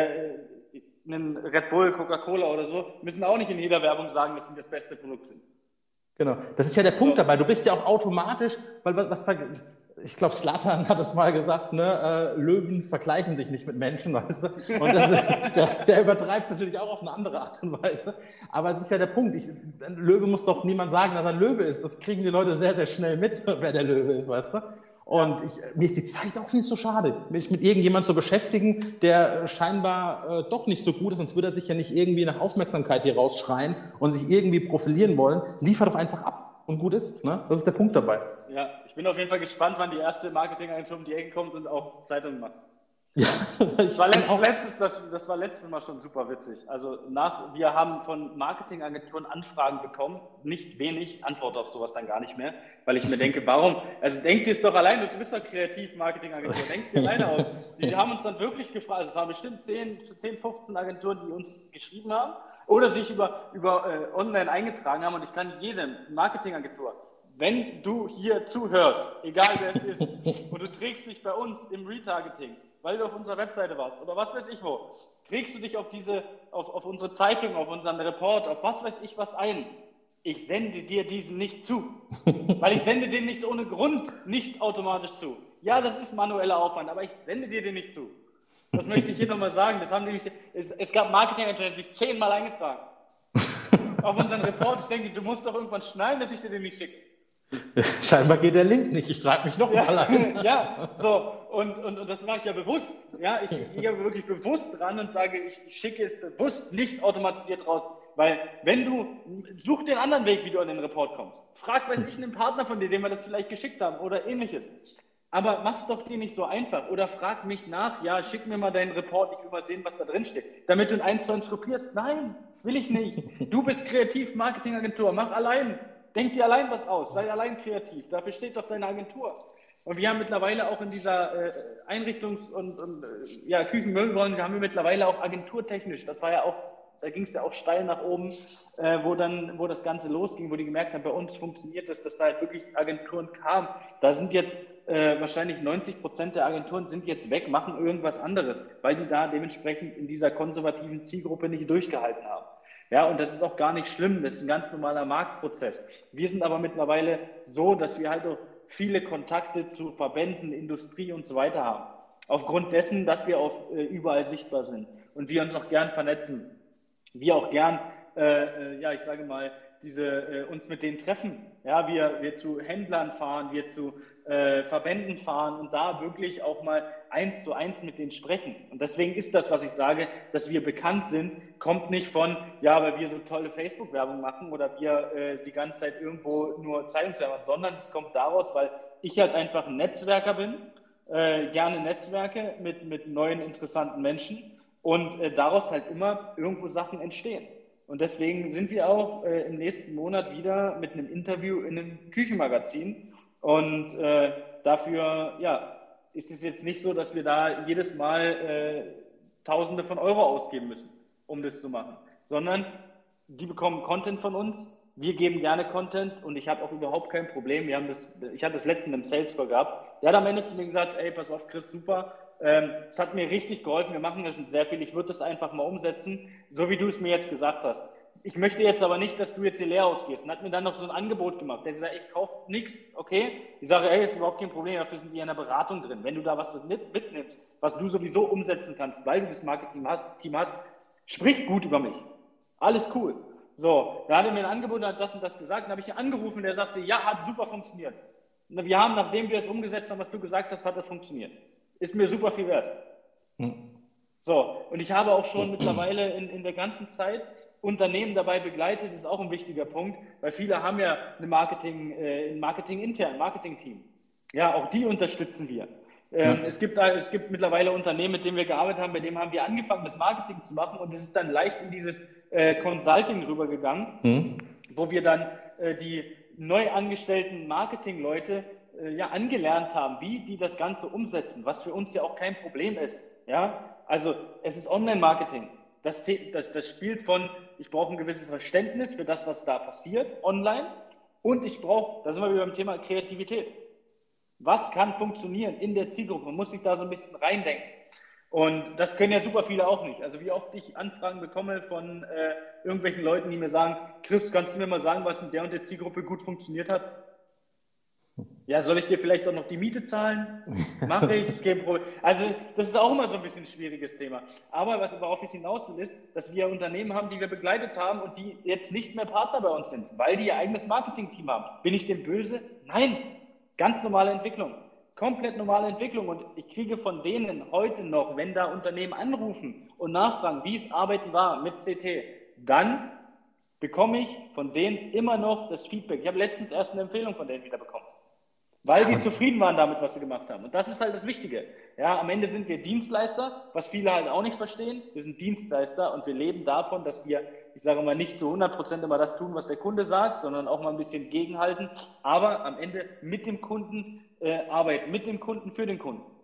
ein Red Bull, Coca-Cola oder so müssen auch nicht in jeder Werbung sagen, dass sie das beste Produkt sind. Genau, das ist ja der Punkt dabei. Du bist ja auch automatisch, weil ich glaube, Zlatan hat es mal gesagt, Löwen vergleichen sich nicht mit Menschen, weißt du? Und der übertreibt es natürlich auch auf eine andere Art und Weise. Aber es ist ja der Punkt. Ein Löwe muss doch niemand sagen, dass er ein Löwe ist. Das kriegen die Leute sehr, sehr schnell mit, wer der Löwe ist, weißt du? Und mir ist die Zeit auch viel zu schade, mich mit irgendjemandem zu beschäftigen, der scheinbar doch nicht so gut ist, sonst würde er sich ja nicht irgendwie nach Aufmerksamkeit hier rausschreien und sich irgendwie profilieren wollen. Liefert doch einfach ab und gut ist. Ne? Das ist der Punkt dabei. Ja, ich bin auf jeden Fall gespannt, wann die erste Marketingagentur um die Ecke kommt und auch Zeitungen macht. Ja, das war letztes Mal schon super witzig. Also wir haben von Marketingagenturen Anfragen bekommen, nicht wenig, antworte auf sowas dann gar nicht mehr, weil ich mir denke, warum? Also denk dir es doch allein, du bist doch kreativ Marketingagentur, denkst dir alleine aus. Die haben uns dann wirklich gefragt, also es waren bestimmt 10, 15 Agenturen, die uns geschrieben haben oder sich über online eingetragen haben und ich kann jedem Marketingagentur, wenn du hier zuhörst, egal wer es ist, und du trägst dich bei uns im Retargeting, weil du auf unserer Webseite warst oder was weiß ich wo, trägst du dich auf unsere Zeitung, auf unseren Report, auf was weiß ich was ein. Ich sende dir diesen nicht zu, weil ich sende den nicht ohne Grund nicht automatisch zu. Ja, das ist manueller Aufwand, aber ich sende dir den nicht zu. Das möchte ich hier nochmal sagen. Es gab Marketingagenturen, die sich 10-mal eingetragen. Auf unseren Report. Ich denke, du musst doch irgendwann schneiden, dass ich dir den nicht schicke. Scheinbar geht der Link nicht. Ich trage mich noch mal ein. Ja, so. Und das mache ich ja bewusst. Ja, ich gehe wirklich bewusst ran und sage, ich schicke es bewusst nicht automatisiert raus. Weil such den anderen Weg, wie du an den Report kommst. Frag, weiß ich, einen Partner von dir, dem wir das vielleicht geschickt haben oder ähnliches. Aber mach's doch dir nicht so einfach. Oder frag mich nach, ja, schick mir mal deinen Report, ich will mal sehen, was da drin steht. Damit du in 1:1 kopierst. Nein, will ich nicht. Du bist Kreativ-Marketing-Agentur, mach allein. Denk dir allein was aus, sei allein kreativ. Dafür steht doch deine Agentur. Und wir haben mittlerweile auch in dieser Einrichtungs- und Küchenmöbelbranche haben wir mittlerweile auch agenturtechnisch, da ging es ja auch steil nach oben, wo das Ganze losging, wo die gemerkt haben, bei uns funktioniert das, dass da halt wirklich Agenturen kamen. Da sind jetzt wahrscheinlich 90% der Agenturen sind jetzt weg, machen irgendwas anderes, weil die da dementsprechend in dieser konservativen Zielgruppe nicht durchgehalten haben. Ja, und das ist auch gar nicht schlimm, das ist ein ganz normaler Marktprozess. Wir sind aber mittlerweile so, dass wir halt auch viele Kontakte zu Verbänden, Industrie und so weiter haben. Aufgrund dessen, dass wir überall sichtbar sind und wir uns auch gern vernetzen. Wir auch gern, ich sage mal, uns mit denen treffen. Ja, wir zu Händlern fahren, wir zu Verbänden fahren und da wirklich auch mal 1:1 mit denen sprechen. Und deswegen ist das, was ich sage, dass wir bekannt sind, kommt nicht von, ja, weil wir so tolle Facebook-Werbung machen oder wir die ganze Zeit irgendwo nur Zeitungswerbung, sondern es kommt daraus, weil ich halt einfach ein Netzwerker bin, gerne Netzwerke mit neuen, interessanten Menschen und daraus halt immer irgendwo Sachen entstehen. Und deswegen sind wir auch im nächsten Monat wieder mit einem Interview in einem Küchenmagazin. Und dafür, ist es jetzt nicht so, dass wir da jedes Mal Tausende von Euro ausgeben müssen, um das zu machen, sondern die bekommen Content von uns. Wir geben gerne Content und ich habe auch überhaupt kein Problem. Ich hatte das letztens im Sales Call gehabt. Der hat am Ende zu mir gesagt, ey, pass auf, Chris, super. Es hat mir richtig geholfen. Wir machen ja schon sehr viel. Ich würde das einfach mal umsetzen, so wie du es mir jetzt gesagt hast. Ich möchte jetzt aber nicht, dass du jetzt hier leer ausgehst. Und hat mir dann noch so ein Angebot gemacht. Der hat gesagt, ich kaufe nichts, okay? Ich sage, ey, ist überhaupt kein Problem, dafür sind wir in der Beratung drin. Wenn du da was mitnimmst, was du sowieso umsetzen kannst, weil du das Marketing-Team hast, sprich gut über mich. Alles cool. So, da hat er mir ein Angebot und hat das und das gesagt. Dann habe ich ihn angerufen, der sagte, ja, hat super funktioniert. Und wir haben, nachdem wir es umgesetzt haben, was du gesagt hast, hat das funktioniert. Ist mir super viel wert. So, und ich habe auch schon mittlerweile in der ganzen Zeit Unternehmen dabei begleitet, das ist auch ein wichtiger Punkt, weil viele haben ja ein Marketing-Team. Ja, auch die unterstützen wir. Es gibt mittlerweile Unternehmen, mit denen wir gearbeitet haben, bei denen haben wir angefangen, das Marketing zu machen und es ist dann leicht in dieses Consulting rübergegangen, wo wir dann die neu angestellten Marketingleute angelernt haben, wie die das Ganze umsetzen, was für uns ja auch kein Problem ist. Ja? Also es ist Online-Marketing. Das spielt ich brauche ein gewisses Verständnis für das, was da passiert, online, und da sind wir wieder beim Thema Kreativität. Was kann funktionieren in der Zielgruppe? Man muss sich da so ein bisschen reindenken. Und das können ja super viele auch nicht. Also wie oft ich Anfragen bekomme von irgendwelchen Leuten, die mir sagen, Chris, kannst du mir mal sagen, was in der und der Zielgruppe gut funktioniert hat? Ja, soll ich dir vielleicht auch noch die Miete zahlen? Mache ich, ist kein Problem. Also das ist auch immer so ein bisschen ein schwieriges Thema. Aber worauf ich hinaus will, ist, dass wir Unternehmen haben, die wir begleitet haben und die jetzt nicht mehr Partner bei uns sind, weil die ihr eigenes Marketing-Team haben. Bin ich dem böse? Nein, ganz normale Entwicklung. Komplett normale Entwicklung. Und ich kriege von denen heute noch, wenn da Unternehmen anrufen und nachfragen, wie es Arbeiten war mit CT, dann bekomme ich von denen immer noch das Feedback. Ich habe letztens erst eine Empfehlung von denen wieder bekommen. Weil die zufrieden waren damit, was sie gemacht haben. Und das ist halt das Wichtige. Ja, am Ende sind wir Dienstleister, was viele halt auch nicht verstehen. Wir sind Dienstleister und wir leben davon, dass wir, ich sage mal, nicht zu 100% immer das tun, was der Kunde sagt, sondern auch mal ein bisschen gegenhalten. Aber am Ende mit dem Kunden arbeiten, mit dem Kunden für den Kunden.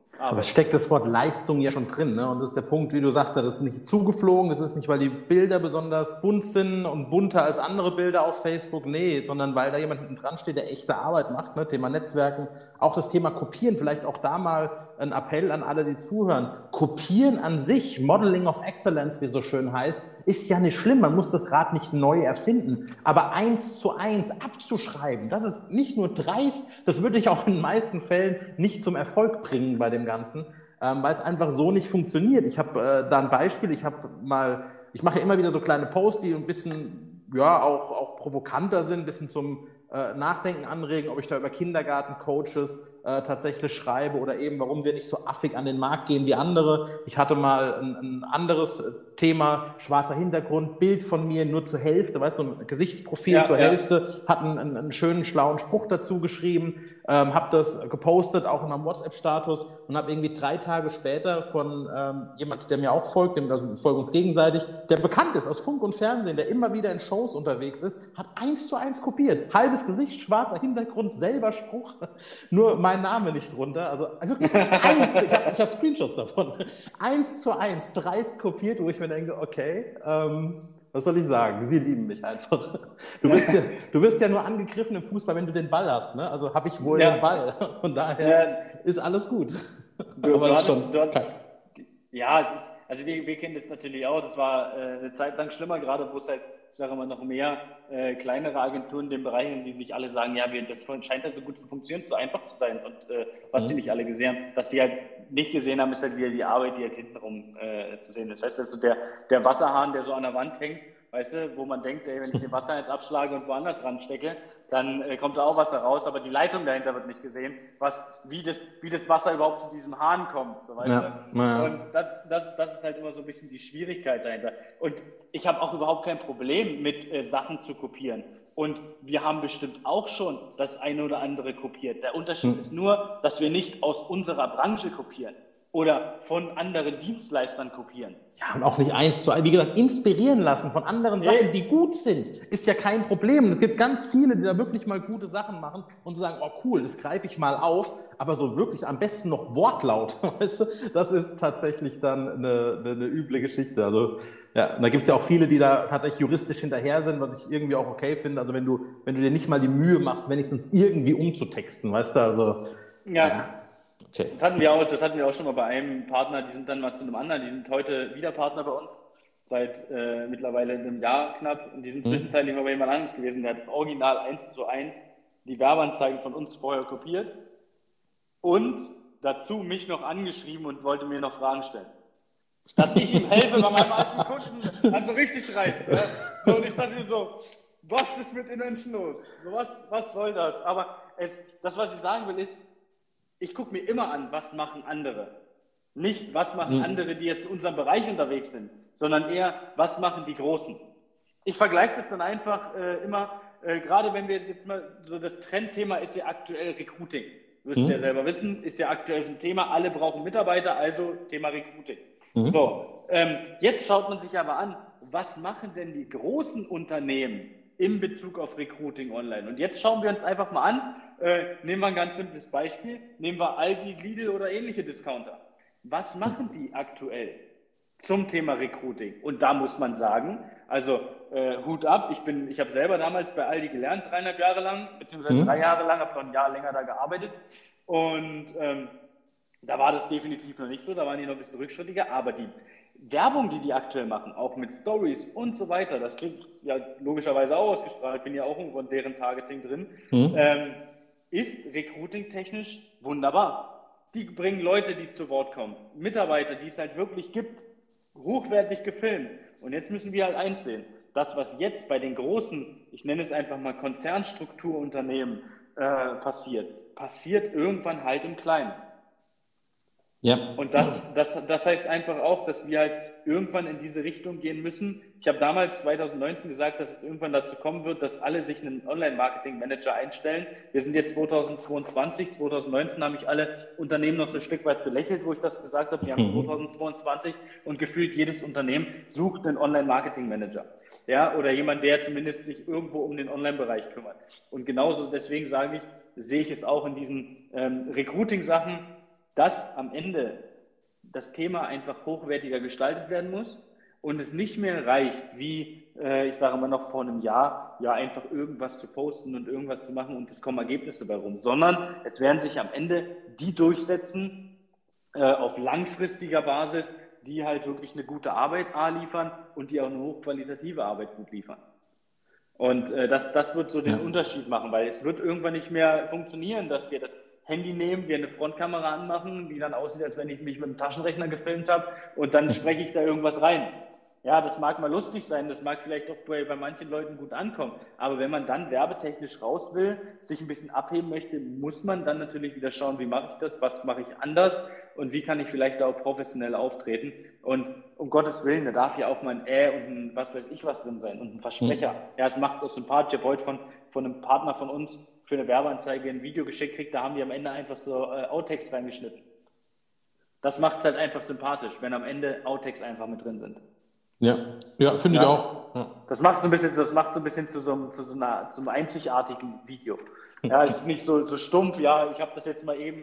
Aber es steckt das Wort Leistung ja schon drin, ne? Und das ist der Punkt, wie du sagst, das ist nicht zugeflogen, das ist nicht, weil die Bilder besonders bunt sind und bunter als andere Bilder auf Facebook, nee, sondern weil da jemand hinten dran steht, der echte Arbeit macht, ne? Thema Netzwerken, auch das Thema Kopieren, vielleicht auch da mal ein Appell an alle, die zuhören. Kopieren an sich, Modeling of Excellence, wie es so schön heißt, ist ja nicht schlimm, man muss das Rad nicht neu erfinden, aber 1:1 abzuschreiben, das ist nicht nur dreist, das würde ich auch in den meisten Fällen nicht zum Erfolg bringen bei dem Ganzen, weil es einfach so nicht funktioniert. Ich habe da ein Beispiel, ich mache immer wieder so kleine Posts, die ein bisschen ja auch provokanter sind, ein bisschen zum Nachdenken anregen, ob ich da über Kindergartencoaches tatsächlich schreibe oder eben, warum wir nicht so affig an den Markt gehen wie andere. Ich hatte mal ein anderes Thema, schwarzer Hintergrund, Bild von mir nur zur Hälfte, weißt du, so ein Gesichtsprofil zur Hälfte, hat einen schönen, schlauen Spruch dazu geschrieben, habe das gepostet, auch in meinem WhatsApp-Status und habe irgendwie 3 Tage später von jemand, der mir auch folgt, also wir folgen uns gegenseitig, der bekannt ist aus Funk und Fernsehen, der immer wieder in Shows unterwegs ist, hat 1:1 kopiert. Halbes Gesicht, schwarzer Hintergrund, selber Spruch, nur mein Name nicht drunter. Also wirklich ich habe Screenshots davon. 1:1, dreist kopiert, wo ich mir denke, okay, was soll ich sagen? Sie lieben mich einfach. Du wirst ja nur angegriffen im Fußball, wenn du den Ball hast. Ne? Also habe ich wohl den Ball. Von daher ist alles gut. Also wir kennen das natürlich auch. Das war eine Zeit lang schlimmer, gerade wo es halt, ich sage mal, noch mehr kleinere Agenturen in dem Bereich, die sich alle sagen, ja, das scheint ja so gut zu funktionieren, so einfach zu sein. Und was sie nicht alle gesehen haben, was sie halt nicht gesehen haben, ist halt wieder die Arbeit, die halt hintenrum zu sehen ist. Das heißt also der Wasserhahn, der so an der Wand hängt, weißt du, wo man denkt, ey, wenn ich den Wasser jetzt abschlage und woanders ranstecke, dann kommt da auch Wasser raus, aber die Leitung dahinter wird nicht gesehen, wie das Wasser überhaupt zu diesem Hahn kommt, so, weißt du? Ja. Und das ist halt immer so ein bisschen die Schwierigkeit dahinter. Und ich habe auch überhaupt kein Problem mit Sachen zu kopieren. Und wir haben bestimmt auch schon das eine oder andere kopiert. Der Unterschied ist nur, dass wir nicht aus unserer Branche kopieren oder von anderen Dienstleistern kopieren. Ja, und auch nicht 1:1. Wie gesagt, inspirieren lassen von anderen Sachen, die gut sind, ist ja kein Problem. Es gibt ganz viele, die da wirklich mal gute Sachen machen und sagen, oh cool, das greife ich mal auf, aber so wirklich am besten noch Wortlaut, weißt du, das ist tatsächlich dann eine üble Geschichte. Also ja, und da gibt es ja auch viele, die da tatsächlich juristisch hinterher sind, was ich irgendwie auch okay finde. Also wenn du dir nicht mal die Mühe machst, wenigstens irgendwie umzutexten, weißt du, also ja. Okay. Das hatten wir auch schon mal bei einem Partner, die sind dann mal zu einem anderen, die sind heute wieder Partner bei uns, seit mittlerweile einem Jahr knapp. In diesem Zwischenzeitlich mal bei jemand anderes gewesen, der hat original 1:1 die Werbeanzeigen von uns vorher kopiert und dazu mich noch angeschrieben und wollte mir noch Fragen stellen. Dass ich ihm helfe bei meinem alten Kunden, also richtig dreist. Ja? So, und ich dachte mir so, was ist mit Invention los? So, was soll das? Aber das, was ich sagen will, ist, ich gucke mir immer an, was machen andere. Nicht, was machen andere, die jetzt in unserem Bereich unterwegs sind, sondern eher, was machen die Großen. Ich vergleiche das dann einfach immer, gerade wenn wir jetzt mal, so das Trendthema ist ja aktuell Recruiting. Wirst du ja selber wissen, ist ja aktuell so ein Thema, alle brauchen Mitarbeiter, also Thema Recruiting. So, jetzt schaut man sich aber an, was machen denn die großen Unternehmen in Bezug auf Recruiting online? Und jetzt schauen wir uns einfach mal an, nehmen wir ein ganz simples Beispiel, nehmen wir Aldi, Lidl oder ähnliche Discounter. Was machen die aktuell zum Thema Recruiting? Und da muss man sagen, also Hut ab, ich habe selber damals bei Aldi gelernt, 3,5 Jahre lang, beziehungsweise 3 Jahre lang, habe noch ein Jahr länger da gearbeitet und da war das definitiv noch nicht so, da waren die noch ein bisschen rückschrittiger, aber die Werbung, die aktuell machen, auch mit Stories und so weiter, das kriegt ja logischerweise auch ausgestrahlt, ich bin ja auch irgendwo in deren Targeting drin, ist recruiting-technisch wunderbar. Die bringen Leute, die zu Wort kommen, Mitarbeiter, die es halt wirklich gibt, hochwertig gefilmt. Und jetzt müssen wir halt eins sehen, das, was jetzt bei den großen, ich nenne es einfach mal Konzernstrukturunternehmen passiert irgendwann halt im Kleinen. Ja. Und das heißt einfach auch, dass wir halt irgendwann in diese Richtung gehen müssen. Ich habe damals 2019 gesagt, dass es irgendwann dazu kommen wird, dass alle sich einen Online-Marketing-Manager einstellen. Wir sind jetzt 2022, 2019 haben mich alle Unternehmen noch so ein Stück weit belächelt, wo ich das gesagt habe. Wir haben 2022 und gefühlt jedes Unternehmen sucht einen Online-Marketing-Manager. Ja, oder jemand, der zumindest sich irgendwo um den Online-Bereich kümmert. Und genauso deswegen sehe ich es auch in diesen Recruiting-Sachen. dass am Ende das Thema einfach hochwertiger gestaltet werden muss und es nicht mehr reicht, wie ich sage mal noch vor einem Jahr, ja einfach irgendwas zu posten und irgendwas zu machen und es kommen Ergebnisse dabei rum, sondern es werden sich am Ende die durchsetzen auf langfristiger Basis, die halt wirklich eine gute Arbeit liefern und die auch eine hochqualitative Arbeit gut liefern. Und das wird so den Unterschied machen, weil es wird irgendwann nicht mehr funktionieren, dass wir das Handy nehmen, wir eine Frontkamera anmachen, die dann aussieht, als wenn ich mich mit dem Taschenrechner gefilmt habe und dann spreche ich da irgendwas rein. Ja, das mag mal lustig sein, das mag vielleicht auch bei manchen Leuten gut ankommen, aber wenn man dann werbetechnisch raus will, sich ein bisschen abheben möchte, muss man dann natürlich wieder schauen, wie mache ich das, was mache ich anders und wie kann ich vielleicht da auch professionell auftreten und um Gottes Willen, da darf ja auch mal ein und ein was weiß ich was drin sein und ein Versprecher. Ja, es macht das sympathisch. Ich habe heute von einem Partner von uns für eine Werbeanzeige ein Video geschickt gekriegt, da haben die am Ende einfach so Outtakes reingeschnitten. Das macht es halt einfach sympathisch, wenn am Ende Outtakes einfach mit drin sind. Ja, finde ich auch. Ja. Das macht so ein bisschen zu zum einzigartigen Video. Ja, es ist nicht so stumpf, ja, ich habe das jetzt mal eben,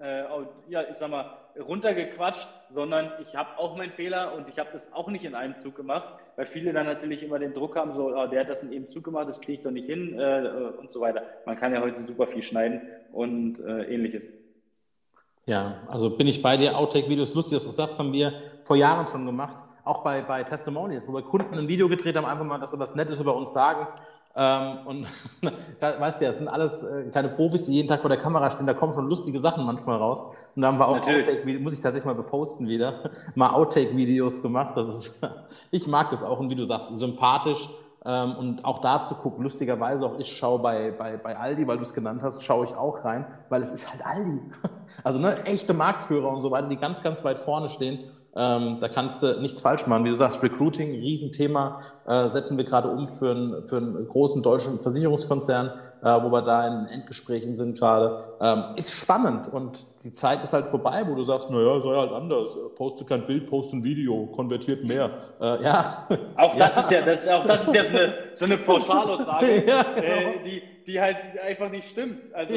ich sag mal, runtergequatscht, sondern ich habe auch meinen Fehler und ich habe das auch nicht in einem Zug gemacht, weil viele dann natürlich immer den Druck haben, so, der hat das in einem Zug gemacht, das kriege ich doch nicht hin und so weiter. Man kann ja heute super viel schneiden und ähnliches. Ja, also bin ich bei dir. Outtake-Videos, lustig, dass du sagst, haben wir vor Jahren schon gemacht. Auch bei Testimonials, wo wir Kunden ein Video gedreht haben, einfach mal, dass sie was Nettes über uns sagen. Und da, weißt du ja, das sind alles keine Profis, die jeden Tag vor der Kamera stehen, da kommen schon lustige Sachen manchmal raus. Und da haben wir auch Outtake-Videos, muss ich tatsächlich mal beposten wieder, mal Outtake-Videos gemacht. Ich mag das auch und wie du sagst, sympathisch. Und auch da zu gucken, lustigerweise, auch ich schaue bei Aldi, weil du es genannt hast, schaue ich auch rein, weil es ist halt Aldi. Also echte Marktführer und so weiter, die ganz, ganz weit vorne stehen. Da kannst du nichts falsch machen. Wie du sagst, Recruiting, Riesenthema, setzen wir gerade um für einen großen deutschen Versicherungskonzern, wo wir da in Endgesprächen sind gerade. Ist spannend und die Zeit ist halt vorbei, wo du sagst, naja, sei halt anders, poste kein Bild, poste ein Video, konvertiert mehr. Ja. Auch das ist ja so eine Pauschalaussage, die halt einfach nicht stimmt. Also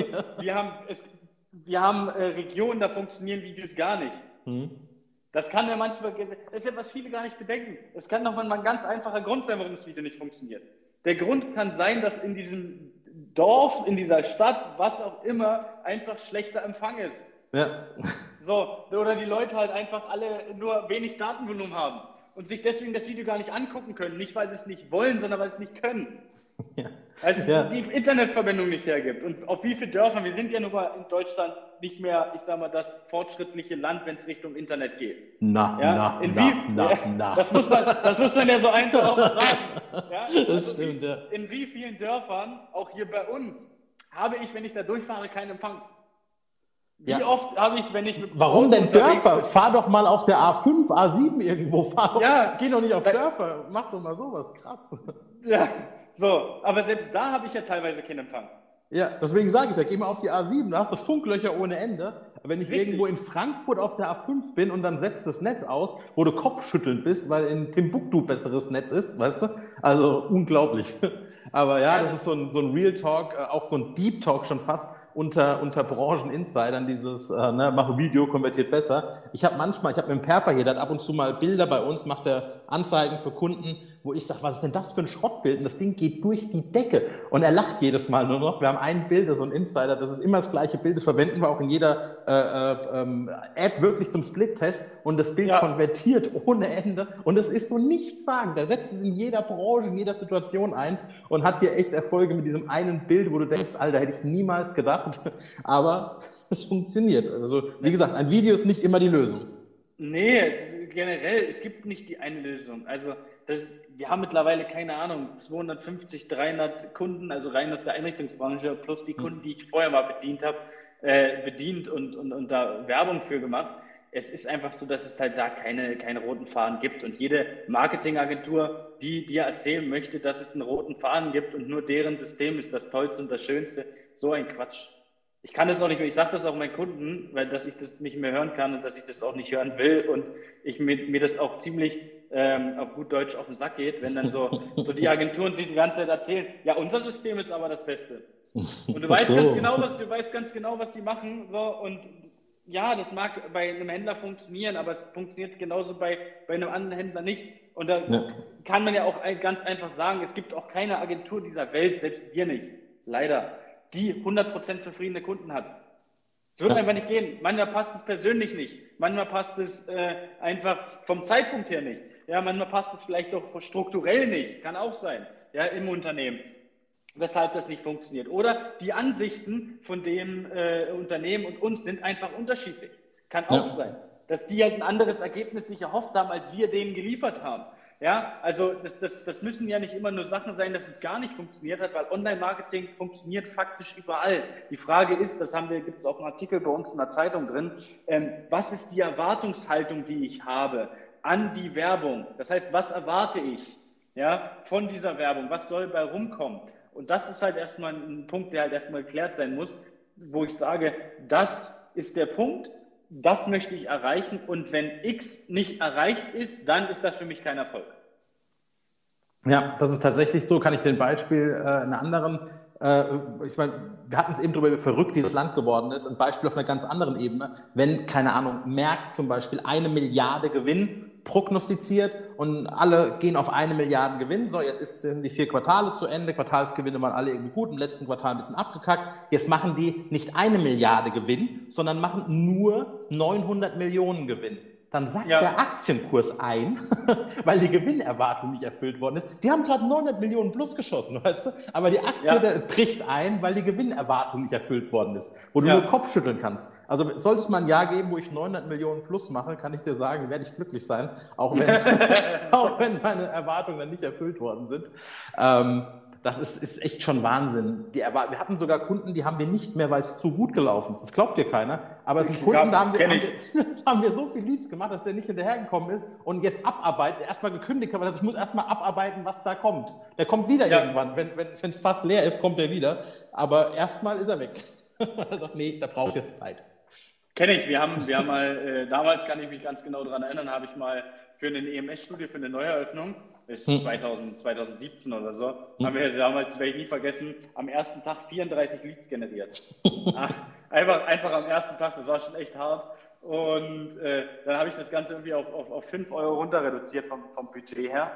wir haben Regionen, da funktionieren Videos gar nicht. Das kann ja manchmal, das ist ja, was viele gar nicht bedenken. Es kann doch mal ein ganz einfacher Grund sein, warum das Video nicht funktioniert. Der Grund kann sein, dass in diesem Dorf, in dieser Stadt, was auch immer, einfach schlechter Empfang ist. Ja. So, oder die Leute halt einfach alle nur wenig Datenvolumen haben und sich deswegen das Video gar nicht angucken können. Nicht, weil sie es nicht wollen, sondern weil sie es nicht können. Ja. Weil es die Internetverbindung nicht hergibt. Und auf wie viele Dörfern, wir sind ja nun mal in Deutschland nicht mehr, ich sag mal, das fortschrittliche Land, wenn es Richtung Internet geht. Das muss man ja so einfach auch sagen. Ja? Das stimmt, ja. In wie vielen Dörfern, auch hier bei uns, habe ich, wenn ich da durchfahre, keinen Empfang? Wie oft habe ich, wenn ich mit Warum denn Dörfer? Fahr doch mal auf der A5, A7 irgendwo. Geh doch nicht auf Dörfer. Mach doch mal sowas. Krass. Ja, so. Aber selbst da habe ich ja teilweise keinen Empfang. Ja, deswegen sage ich, geh mal auf die A7, da hast du Funklöcher ohne Ende. Wenn ich irgendwo in Frankfurt auf der A5 bin und dann setzt das Netz aus, wo du kopfschüttelnd bist, weil in Timbuktu besseres Netz ist, weißt du? Also unglaublich. Aber ja, das ist so ein Real Talk, auch so ein Deep Talk schon fast. Unter Brancheninsidern dieses, mache Video, konvertiert besser. Ich habe mit dem Perper hier, der hat ab und zu mal Bilder bei uns, macht er Anzeigen für Kunden, wo ich sage, was ist denn das für ein Schrottbild? Und das Ding geht durch die Decke. Und er lacht jedes Mal nur noch. Wir haben ein Bild, das ist so ein Insider, das ist immer das gleiche Bild, das verwenden wir auch in jeder Ad wirklich zum Split-Test und das Bild konvertiert ohne Ende. Und das ist so nichtssagend. Der setzt es in jeder Branche, in jeder Situation ein und hat hier echt Erfolge mit diesem einen Bild, wo du denkst, Alter, hätte ich niemals gedacht. Aber es funktioniert. Also, wie gesagt, ein Video ist nicht immer die Lösung. Nee, es gibt nicht die eine Lösung. Also, wir haben mittlerweile, keine Ahnung, 250, 300 Kunden, also rein aus der Einrichtungsbranche, plus die Kunden, die ich vorher mal bedient und da Werbung für gemacht. Es ist einfach so, dass es halt da keine roten Faden gibt. Und jede Marketingagentur, die dir erzählen möchte, dass es einen roten Faden gibt und nur deren System ist das Tollste und das Schönste, so ein Quatsch. Ich kann das auch nicht mehr, ich sage das auch meinen Kunden, weil dass ich das nicht mehr hören kann und dass ich das auch nicht hören will und mir das auch ziemlich auf gut Deutsch auf den Sack geht, wenn dann so die Agenturen sich die ganze Zeit erzählen, ja, unser System ist aber das Beste. Und du weißt ganz genau, was die machen, so, und ja, das mag bei einem Händler funktionieren, aber es funktioniert genauso bei einem anderen Händler nicht. Und da kann man ja auch ganz einfach sagen, es gibt auch keine Agentur dieser Welt, selbst wir nicht, leider, die 100% zufriedene Kunden hat. Es wird einfach nicht gehen. Manchmal passt es persönlich nicht. Manchmal passt es einfach vom Zeitpunkt her nicht. Ja, manchmal passt es vielleicht auch strukturell nicht. Kann auch sein, ja, im Unternehmen, weshalb das nicht funktioniert. Oder die Ansichten von dem Unternehmen und uns sind einfach unterschiedlich. Kann auch sein, dass die halt ein anderes Ergebnis sich erhofft haben, als wir denen geliefert haben. Ja, also das müssen ja nicht immer nur Sachen sein, dass es gar nicht funktioniert hat, weil Online-Marketing funktioniert faktisch überall. Die Frage ist, gibt es auch einen Artikel bei uns in der Zeitung drin, was ist die Erwartungshaltung, die ich habe an die Werbung? Das heißt, was erwarte ich, ja, von dieser Werbung? Was soll bei rumkommen? Und das ist halt erstmal ein Punkt, der halt erstmal geklärt sein muss, wo ich sage, das ist der Punkt, das möchte ich erreichen, und wenn X nicht erreicht ist, dann ist das für mich kein Erfolg. Ja, das ist tatsächlich so. Kann ich dir ein Beispiel einer anderen, ich meine, wir hatten es eben darüber, wie verrückt dieses Land geworden ist, ein Beispiel auf einer ganz anderen Ebene. Wenn, keine Ahnung, Merck zum Beispiel 1 Milliarde Gewinn prognostiziert und alle gehen auf 1 Milliarde Gewinn. So, jetzt sind die 4 Quartale zu Ende, Quartalsgewinne waren alle irgendwie gut, im letzten Quartal ein bisschen abgekackt. Jetzt machen die nicht 1 Milliarde Gewinn, sondern machen nur 900 Millionen Gewinn. Dann sackt der Aktienkurs ein, weil die Gewinnerwartung nicht erfüllt worden ist. Die haben gerade 900 Millionen plus geschossen, weißt du? Aber die Aktie bricht ein, weil die Gewinnerwartung nicht erfüllt worden ist, wo du nur Kopf schütteln kannst. Also sollte es mal ein Jahr geben, wo ich 900 Millionen plus mache, kann ich dir sagen, werde ich glücklich sein, auch wenn meine Erwartungen dann nicht erfüllt worden sind. Das ist echt schon Wahnsinn. Wir hatten sogar Kunden, die haben wir nicht mehr, weil es zu gut gelaufen ist. Das glaubt dir keiner. Aber es sind Kunden, da haben wir so viel Leads gemacht, dass der nicht hinterhergekommen ist und jetzt erstmal gekündigt hat, weil ich muss erstmal abarbeiten, was da kommt. Der kommt wieder irgendwann. Wenn es fast leer ist, kommt er wieder. Aber erstmal ist er weg. Er sagt, nee, da braucht jetzt Zeit. Kenne ich. Wir haben mal, damals kann ich mich ganz genau daran erinnern, habe ich mal für eine EMS-Studie, für eine Neueröffnung, das ist 2017 oder so, haben wir damals, das werde ich nie vergessen, am ersten Tag 34 Leads generiert. Einfach am ersten Tag, das war schon echt hart. Und dann habe ich das Ganze irgendwie auf 5 Euro runter reduziert vom Budget her.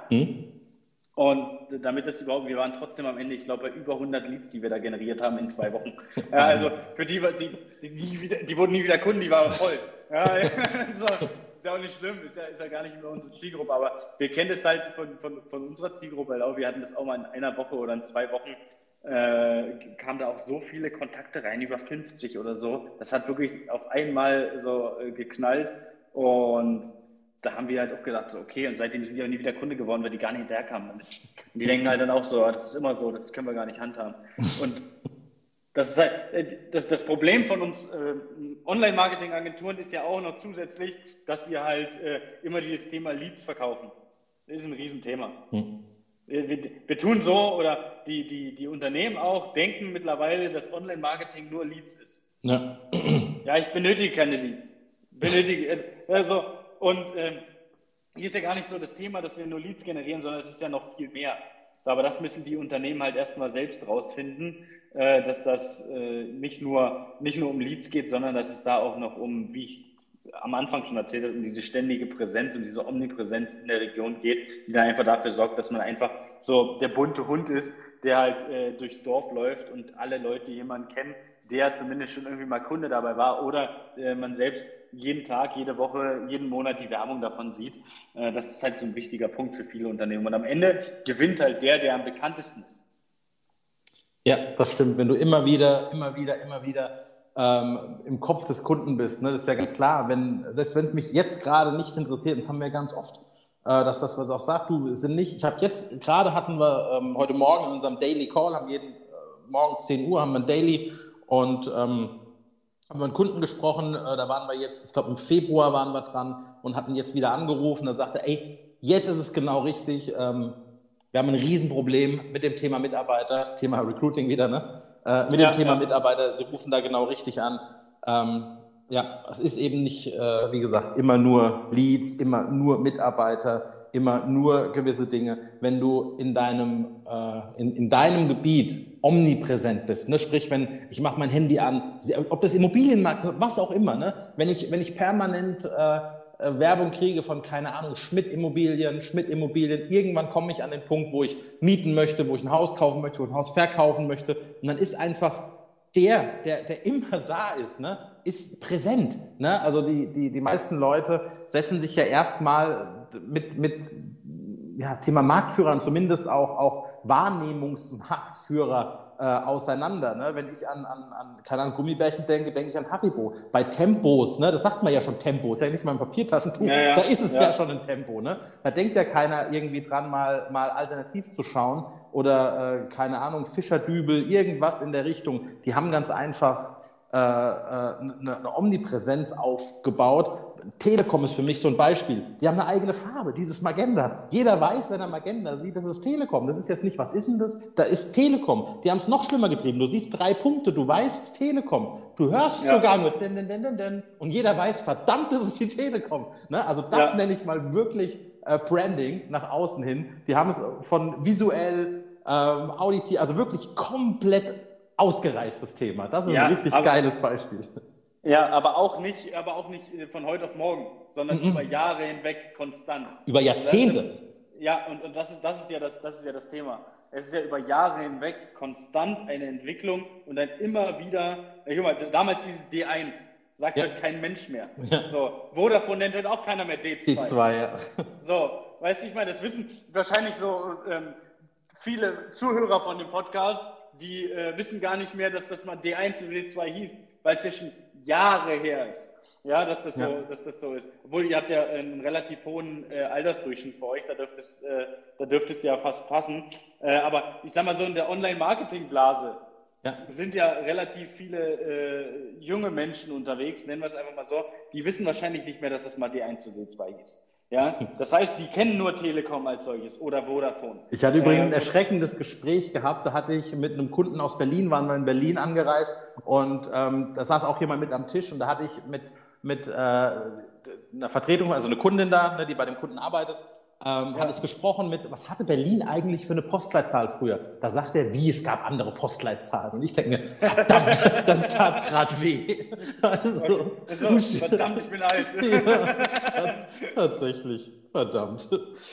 Und damit das überhaupt, wir waren trotzdem am Ende, ich glaube, bei über 100 Leads, die wir da generiert haben in 2 Wochen. Also für die wurden nie wieder Kunden, die waren voll. Ja, so. Ist ja auch nicht schlimm, ist ja gar nicht mehr unsere Zielgruppe, aber wir kennen das halt von unserer Zielgruppe, weil wir hatten das auch mal in einer Woche oder in 2 Wochen, kamen da auch so viele Kontakte rein, über 50 oder so. Das hat wirklich auf einmal so geknallt, und da haben wir halt auch gedacht, so, okay, und seitdem sind die auch nie wieder Kunde geworden, weil die gar nicht hinterherkamen. Und die denken halt dann auch so, das ist immer so, das können wir gar nicht handhaben. Und das ist halt das Problem von uns Online-Marketing-Agenturen ist ja auch noch zusätzlich, dass wir halt immer dieses Thema Leads verkaufen. Das ist ein Riesenthema. Wir tun so, oder die Unternehmen auch denken mittlerweile, dass Online-Marketing nur Leads ist. Ja, ich benötige keine Leads. Hier ist ja gar nicht so das Thema, dass wir nur Leads generieren, sondern es ist ja noch viel mehr. So, aber das müssen die Unternehmen halt erstmal selbst rausfinden, dass das nicht nur um Leads geht, sondern dass es da auch noch um, wie ich am Anfang schon erzählt habe, um diese ständige Präsenz, um diese Omnipräsenz in der Region geht, die dann einfach dafür sorgt, dass man einfach so der bunte Hund ist, der halt durchs Dorf läuft und alle Leute jemanden kennen, der zumindest schon irgendwie mal Kunde dabei war, oder man selbst jeden Tag, jede Woche, jeden Monat die Werbung davon sieht. Das ist halt so ein wichtiger Punkt für viele Unternehmen. Und am Ende gewinnt halt der am bekanntesten ist. Ja, das stimmt. Wenn du immer wieder im Kopf des Kunden bist, ne, das ist ja ganz klar. Selbst wenn es mich jetzt gerade nicht interessiert, das haben wir ganz oft, dass das, was auch sagt, hatten wir heute Morgen in unserem Daily Call, haben jeden Morgen 10 Uhr haben wir ein Daily, und haben wir einen Kunden gesprochen, da waren wir jetzt, ich glaube im Februar waren wir dran und hatten jetzt wieder angerufen, da sagte er, jetzt ist es genau richtig, wir haben ein Riesenproblem mit dem Thema Mitarbeiter, Thema Recruiting wieder, ne? Dem Thema Mitarbeiter, sie rufen da genau richtig an. Es ist eben nicht, wie gesagt, immer nur Leads, immer nur Mitarbeiter. immer nur gewisse Dinge. Wenn du in deinem Gebiet omnipräsent bist, ne? Sprich, wenn ich mache mein Handy an, ob das Immobilienmarkt, was auch immer, ne? Wenn ich permanent Werbung kriege von, keine Ahnung, Schmidt-Immobilien, irgendwann komme ich an den Punkt, wo ich mieten möchte, wo ich ein Haus kaufen möchte, wo ich ein Haus verkaufen möchte. Und dann ist einfach der immer da ist, ne, ist präsent. Ne? Also die meisten Leute setzen sich ja erstmal mit Thema Marktführern, zumindest auch Wahrnehmungsmarktführer auseinander. Ne? Wenn ich an keine Ahnung, Gummibärchen denke ich an Haribo. Bei Tempos, ne? Das sagt man ja schon Tempo, ist ja nicht mal ein Papiertaschentuch, da ist es ja schon ein Tempo. Ne? Da denkt ja keiner irgendwie dran, mal alternativ zu schauen oder, keine Ahnung, Fischerdübel, irgendwas in der Richtung. Die haben ganz einfach eine Omnipräsenz aufgebaut. Telekom ist für mich so ein Beispiel. Die haben eine eigene Farbe, dieses Magenta. Jeder weiß, wenn er Magenta sieht, das ist Telekom. Das ist jetzt nicht, was ist denn das? Da ist Telekom. Die haben es noch schlimmer getrieben. Du siehst 3 Punkte, du weißt Telekom. Du hörst sogar mit den. Und jeder weiß, verdammt, das ist die Telekom. Ne? Also das nenne ich mal wirklich Branding nach außen hin. Die haben es von visuell, auditiv, also wirklich komplett ausgereift, das Thema. Das ist ein richtig geiles Beispiel. Ja, aber auch nicht von heute auf morgen, sondern über Jahre hinweg konstant. Über Jahrzehnte. Und das ist ja das Thema. Es ist ja über Jahre hinweg konstant eine Entwicklung und dann immer wieder, guck mal, damals dieses D1, sagt halt kein Mensch mehr. Ja. So, Vodafone nennt halt auch keiner mehr D2. D2, ja. So, weißt du, ich meine, das wissen wahrscheinlich so viele Zuhörer von dem Podcast, die wissen gar nicht mehr, dass das mal D1 oder D2 hieß, weil es ja schon Jahre her ist, ja, dass das so ist. Obwohl, ihr habt ja einen relativ hohen Altersdurchschnitt bei euch, da dürfte es ja fast passen. Aber ich sag mal so, in der Online-Marketing-Blase sind ja relativ viele junge Menschen unterwegs, nennen wir es einfach mal so, die wissen wahrscheinlich nicht mehr, dass das mal D1 oder D2 hieß. Ja, das heißt, die kennen nur Telekom als solches oder Vodafone. Ich hatte übrigens ein erschreckendes Gespräch gehabt, da hatte ich mit einem Kunden aus Berlin, waren wir in Berlin angereist und da saß auch jemand mit am Tisch und da hatte ich mit einer Vertretung, also eine Kundin da, ne, die bei dem Kunden arbeitet, hatte ich gesprochen was hatte Berlin eigentlich für eine Postleitzahl früher? Da sagt er, es gab andere Postleitzahlen. Und ich denke mir, verdammt, das tat gerade weh. Also, verdammt, ich bin alt. Tatsächlich, verdammt.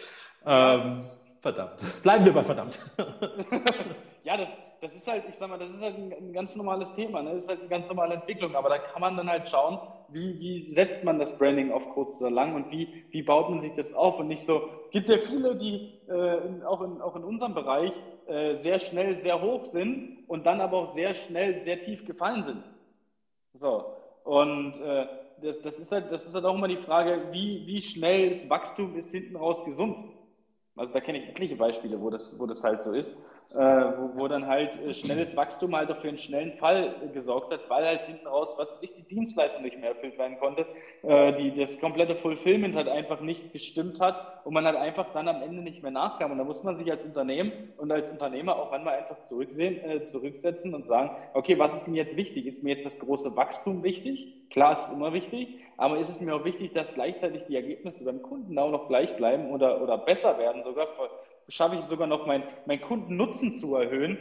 Verdammt. Bleiben wir bei verdammt. Ja, das ist halt, ich sag mal, das ist halt ein ganz normales Thema, ne? Das ist halt eine ganz normale Entwicklung, aber da kann man dann halt schauen, wie setzt man das Branding auf kurz oder lang und wie baut man sich das auf und nicht so, gibt ja viele, die auch in unserem Bereich sehr schnell sehr hoch sind und dann aber auch sehr schnell sehr tief gefallen sind. So, und das ist halt auch immer die Frage, wie schnell ist Wachstum, ist hinten raus gesund? Also da kenne ich etliche Beispiele, wo das halt so ist, wo dann halt schnelles Wachstum halt auch für einen schnellen Fall gesorgt hat, weil halt hinten raus, die Dienstleistung nicht mehr erfüllt werden konnte, das komplette Fulfillment halt einfach nicht gestimmt hat und man halt einfach dann am Ende nicht mehr nachkam. Und da muss man sich als Unternehmen und als Unternehmer auch einmal einfach zurücksetzen und sagen, okay, was ist mir jetzt wichtig? Ist mir jetzt das große Wachstum wichtig? Klar, ist immer wichtig, aber ist es mir auch wichtig, dass gleichzeitig die Ergebnisse beim Kunden auch noch gleich bleiben oder besser werden sogar, schaffe ich sogar noch mein Kundennutzen zu erhöhen,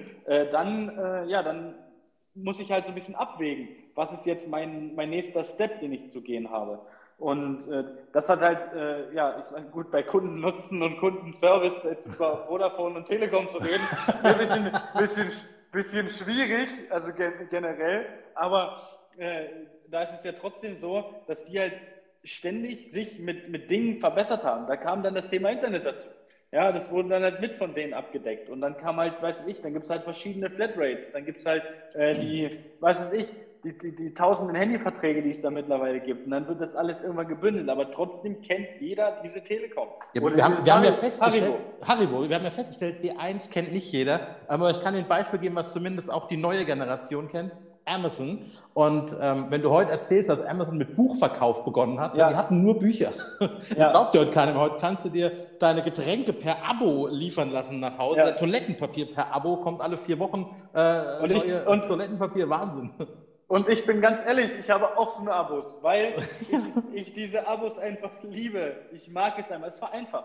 dann muss ich halt so ein bisschen abwägen, was ist jetzt mein nächster Step, den ich zu gehen habe. Und das hat halt, ich sage gut, bei Kundennutzen und Kundenservice jetzt über Vodafone und Telekom zu reden, ein bisschen schwierig, also generell, aber da ist es ja trotzdem so, dass die halt ständig sich mit Dingen verbessert haben. Da kam dann das Thema Internet dazu. Ja, das wurde dann halt mit von denen abgedeckt. Und dann kam halt, dann gibt es halt verschiedene Flatrates. Dann gibt es halt die tausenden Handyverträge, die es da mittlerweile gibt. Und dann wird das alles irgendwann gebündelt. Aber trotzdem kennt jeder diese Telekom. Ja, wir haben ja festgestellt, Haribo, D1 kennt nicht jeder. Aber ich kann dir ein Beispiel geben, was zumindest auch die neue Generation kennt. Amazon. Und wenn du heute erzählst, dass Amazon mit Buchverkauf begonnen hat, die hatten nur Bücher. Das glaubt dir heute keiner mehr. Heute kannst du dir deine Getränke per Abo liefern lassen nach Hause. Ja. Toilettenpapier per Abo kommt alle 4 Wochen. Und Toilettenpapier, Wahnsinn. Und ich bin ganz ehrlich, ich habe auch so eine Abos, weil ich diese Abos einfach liebe. Ich mag es einfach. Es war einfach.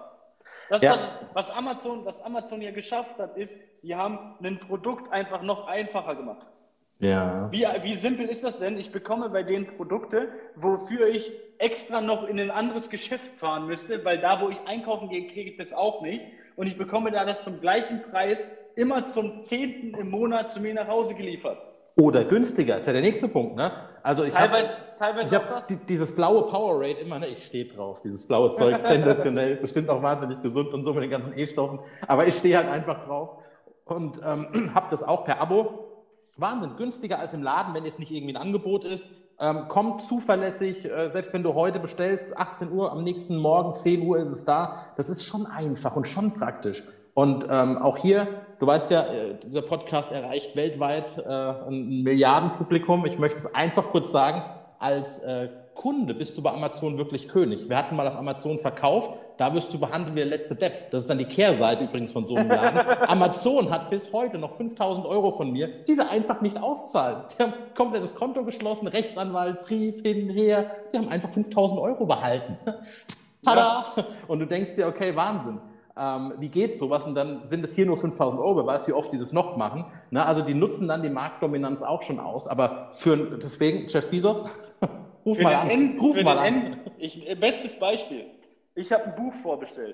Das, Ja. was Amazon ja geschafft hat, ist, die haben ein Produkt einfach noch einfacher gemacht. Ja. Wie simpel ist das denn? Ich bekomme bei denen Produkte, wofür ich extra noch in ein anderes Geschäft fahren müsste, weil da, wo ich einkaufen gehe, kriege ich das auch nicht. Und ich bekomme da das zum gleichen Preis immer zum 10. im Monat zu mir nach Hause geliefert. Oder günstiger, ist ja der nächste Punkt, ne? Also ich Teilweise habe dieses blaue Powerade immer, ne, ich stehe drauf, dieses blaue Zeug, sensationell, bestimmt auch wahnsinnig gesund und so mit den ganzen E-Stoffen, aber ich stehe halt einfach drauf und habe das auch per Abo. Wahnsinn, günstiger als im Laden, wenn es nicht irgendwie ein Angebot ist. Kommt zuverlässig, selbst wenn du heute bestellst, 18 Uhr, am nächsten Morgen, 10 Uhr ist es da. Das ist schon einfach und schon praktisch. Und auch hier, du weißt ja, dieser Podcast erreicht weltweit ein Milliardenpublikum. Ich möchte es einfach kurz sagen, als Kunde bist du bei Amazon wirklich König. Wir hatten mal auf Amazon Verkauf, da wirst du behandelt wie der letzte Depp. Das ist dann die Kehrseite übrigens von so einem Laden. Amazon hat bis heute noch 5.000 € von mir, die sie einfach nicht auszahlen. Die haben komplett das Konto geschlossen, Rechtsanwalt, Brief, hin, her. Die haben einfach 5.000 € behalten. Tada! Ja. Und du denkst dir, okay, Wahnsinn. Wie geht sowas? Und dann sind es hier nur 5.000 €, wer weiß, wie oft die das noch machen. Ne? Also die nutzen dann die Marktdominanz auch schon aus. Aber deswegen, Jeff Bezos, ruf mal an. Bestes Beispiel. Ich habe ein Buch vorbestellt.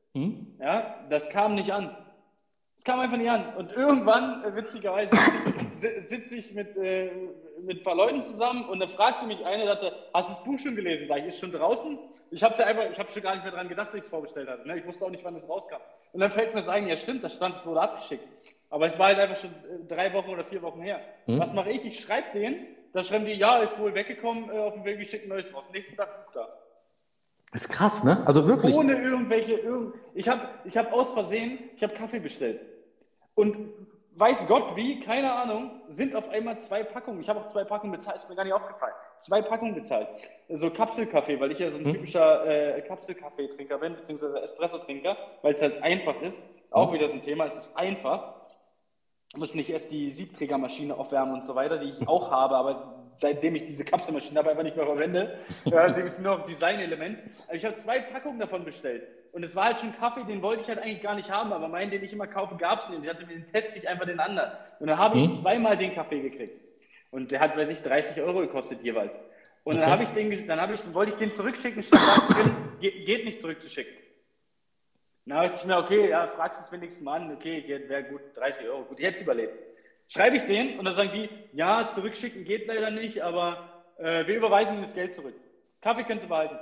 Ja, das kam nicht an. Es kam einfach nicht an. Und irgendwann, witzigerweise, sitze ich mit ein paar Leuten zusammen und dann fragte mich einer, sagte, hast du das Buch schon gelesen? Sag ich, ist schon draußen? Ich habe schon gar nicht mehr dran gedacht, dass ich es vorbestellt hatte. Ne? Ich wusste auch nicht, wann es rauskam. Und dann fällt mir das ein, ja stimmt, da stand, es wurde abgeschickt. Aber es war halt einfach schon 3 Wochen oder 4 Wochen her. Was mache ich? Ich schreibe denen, da schreiben die, ja, ist wohl weggekommen, auf dem Weg geschickt, neues raus. Nächsten Tag Buch da. Ist krass, ne? Also wirklich. Ohne ich hab aus Versehen, Kaffee bestellt. Und weiß Gott wie, keine Ahnung, sind auf einmal 2 Packungen. Ich habe auch 2 Packungen bezahlt, ist mir gar nicht aufgefallen. 2 Packungen bezahlt. So Kapselkaffee, weil ich ja so ein typischer Kapselkaffeetrinker bin, beziehungsweise Espresso-Trinker, weil es halt einfach ist. Auch wieder so ein Thema, es ist einfach. Ich muss nicht erst die Siebträgermaschine aufwärmen und so weiter, die ich auch habe, aber seitdem ich diese Kapselmaschine aber einfach nicht mehr verwende, dem ist nur noch ein Designelement. Also ich habe 2 Packungen davon bestellt. Und es war halt schon Kaffee, den wollte ich halt eigentlich gar nicht haben, aber meinen, den ich immer kaufe, gab es nicht. Ich hatte den teste ich einfach den anderen. Und dann habe ich 2-mal den Kaffee gekriegt. Und der hat, weiß ich, 30 € gekostet jeweils. Und dann wollte ich den zurückschicken, stand da drin, geht nicht zurückzuschicken. Dann habe ich mir, okay, ja, fragst du es wenigstens mal an, okay, wäre gut, 30 €, gut, jetzt überlebt. Schreibe ich den und dann sagen die, ja, zurückschicken geht leider nicht, aber wir überweisen Ihnen das Geld zurück. Kaffee können Sie behalten.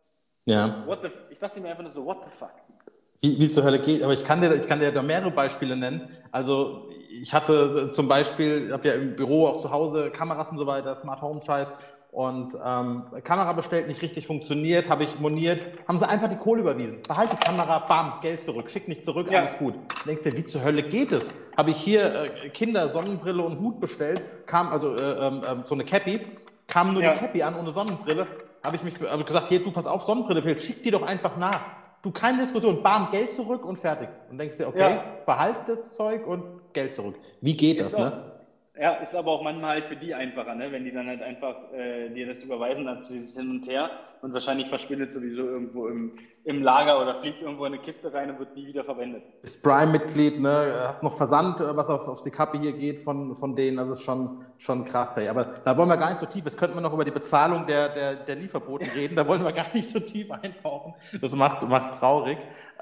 Ja. Ich dachte mir einfach nur so, what the fuck? Wie zur Hölle geht, aber ich kann dir da mehrere Beispiele nennen. Also ich hatte zum Beispiel, ich habe ja im Büro, auch zu Hause Kameras und so weiter, Smart Home Scheiß und Kamera bestellt, nicht richtig funktioniert, habe ich moniert, haben sie einfach die Kohle überwiesen. Behalt die Kamera, bam, Geld zurück, schick nicht zurück, ja. Alles gut. Du denkst dir, wie zur Hölle geht es? Habe ich hier Kinder Sonnenbrille und Hut bestellt, kam also so eine Cappy, kam nur die Cappy an ohne Sonnenbrille. Habe ich gesagt, hier, du pass auf, Sonnenbrille fehlt, schick die doch einfach nach. Du, keine Diskussion, bam, Geld zurück und fertig. Und denkst dir, okay, behalt das Zeug und Geld zurück. Wie geht das, ne? Ja, ist aber auch manchmal halt für die einfacher, ne? Wenn die dann halt einfach dir das überweisen, dann ziehst du hin und her und wahrscheinlich verschwindet sowieso irgendwo im Lager oder fliegt irgendwo in eine Kiste rein und wird nie wieder verwendet. Ist Prime-Mitglied, ne? Hast noch Versand, was auf die Kappe hier geht von denen, das ist schon krass, hey. Aber da wollen wir gar nicht so tief, jetzt könnten wir noch über die Bezahlung der Lieferboten reden, da wollen wir gar nicht so tief eintauchen. Das macht traurig.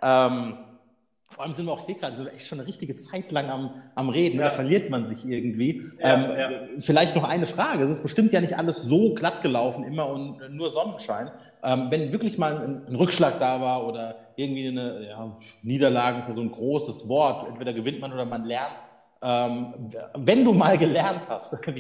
Vor allem sind wir auch, ich sehe gerade, sind wir echt schon eine richtige Zeit lang am Reden, da verliert man sich irgendwie. Vielleicht noch eine Frage, es ist bestimmt ja nicht alles so glatt gelaufen immer und nur Sonnenschein. Wenn wirklich mal ein Rückschlag da war oder irgendwie Niederlagen ist ja so ein großes Wort, entweder gewinnt man oder man lernt. Wenn du mal gelernt hast, wie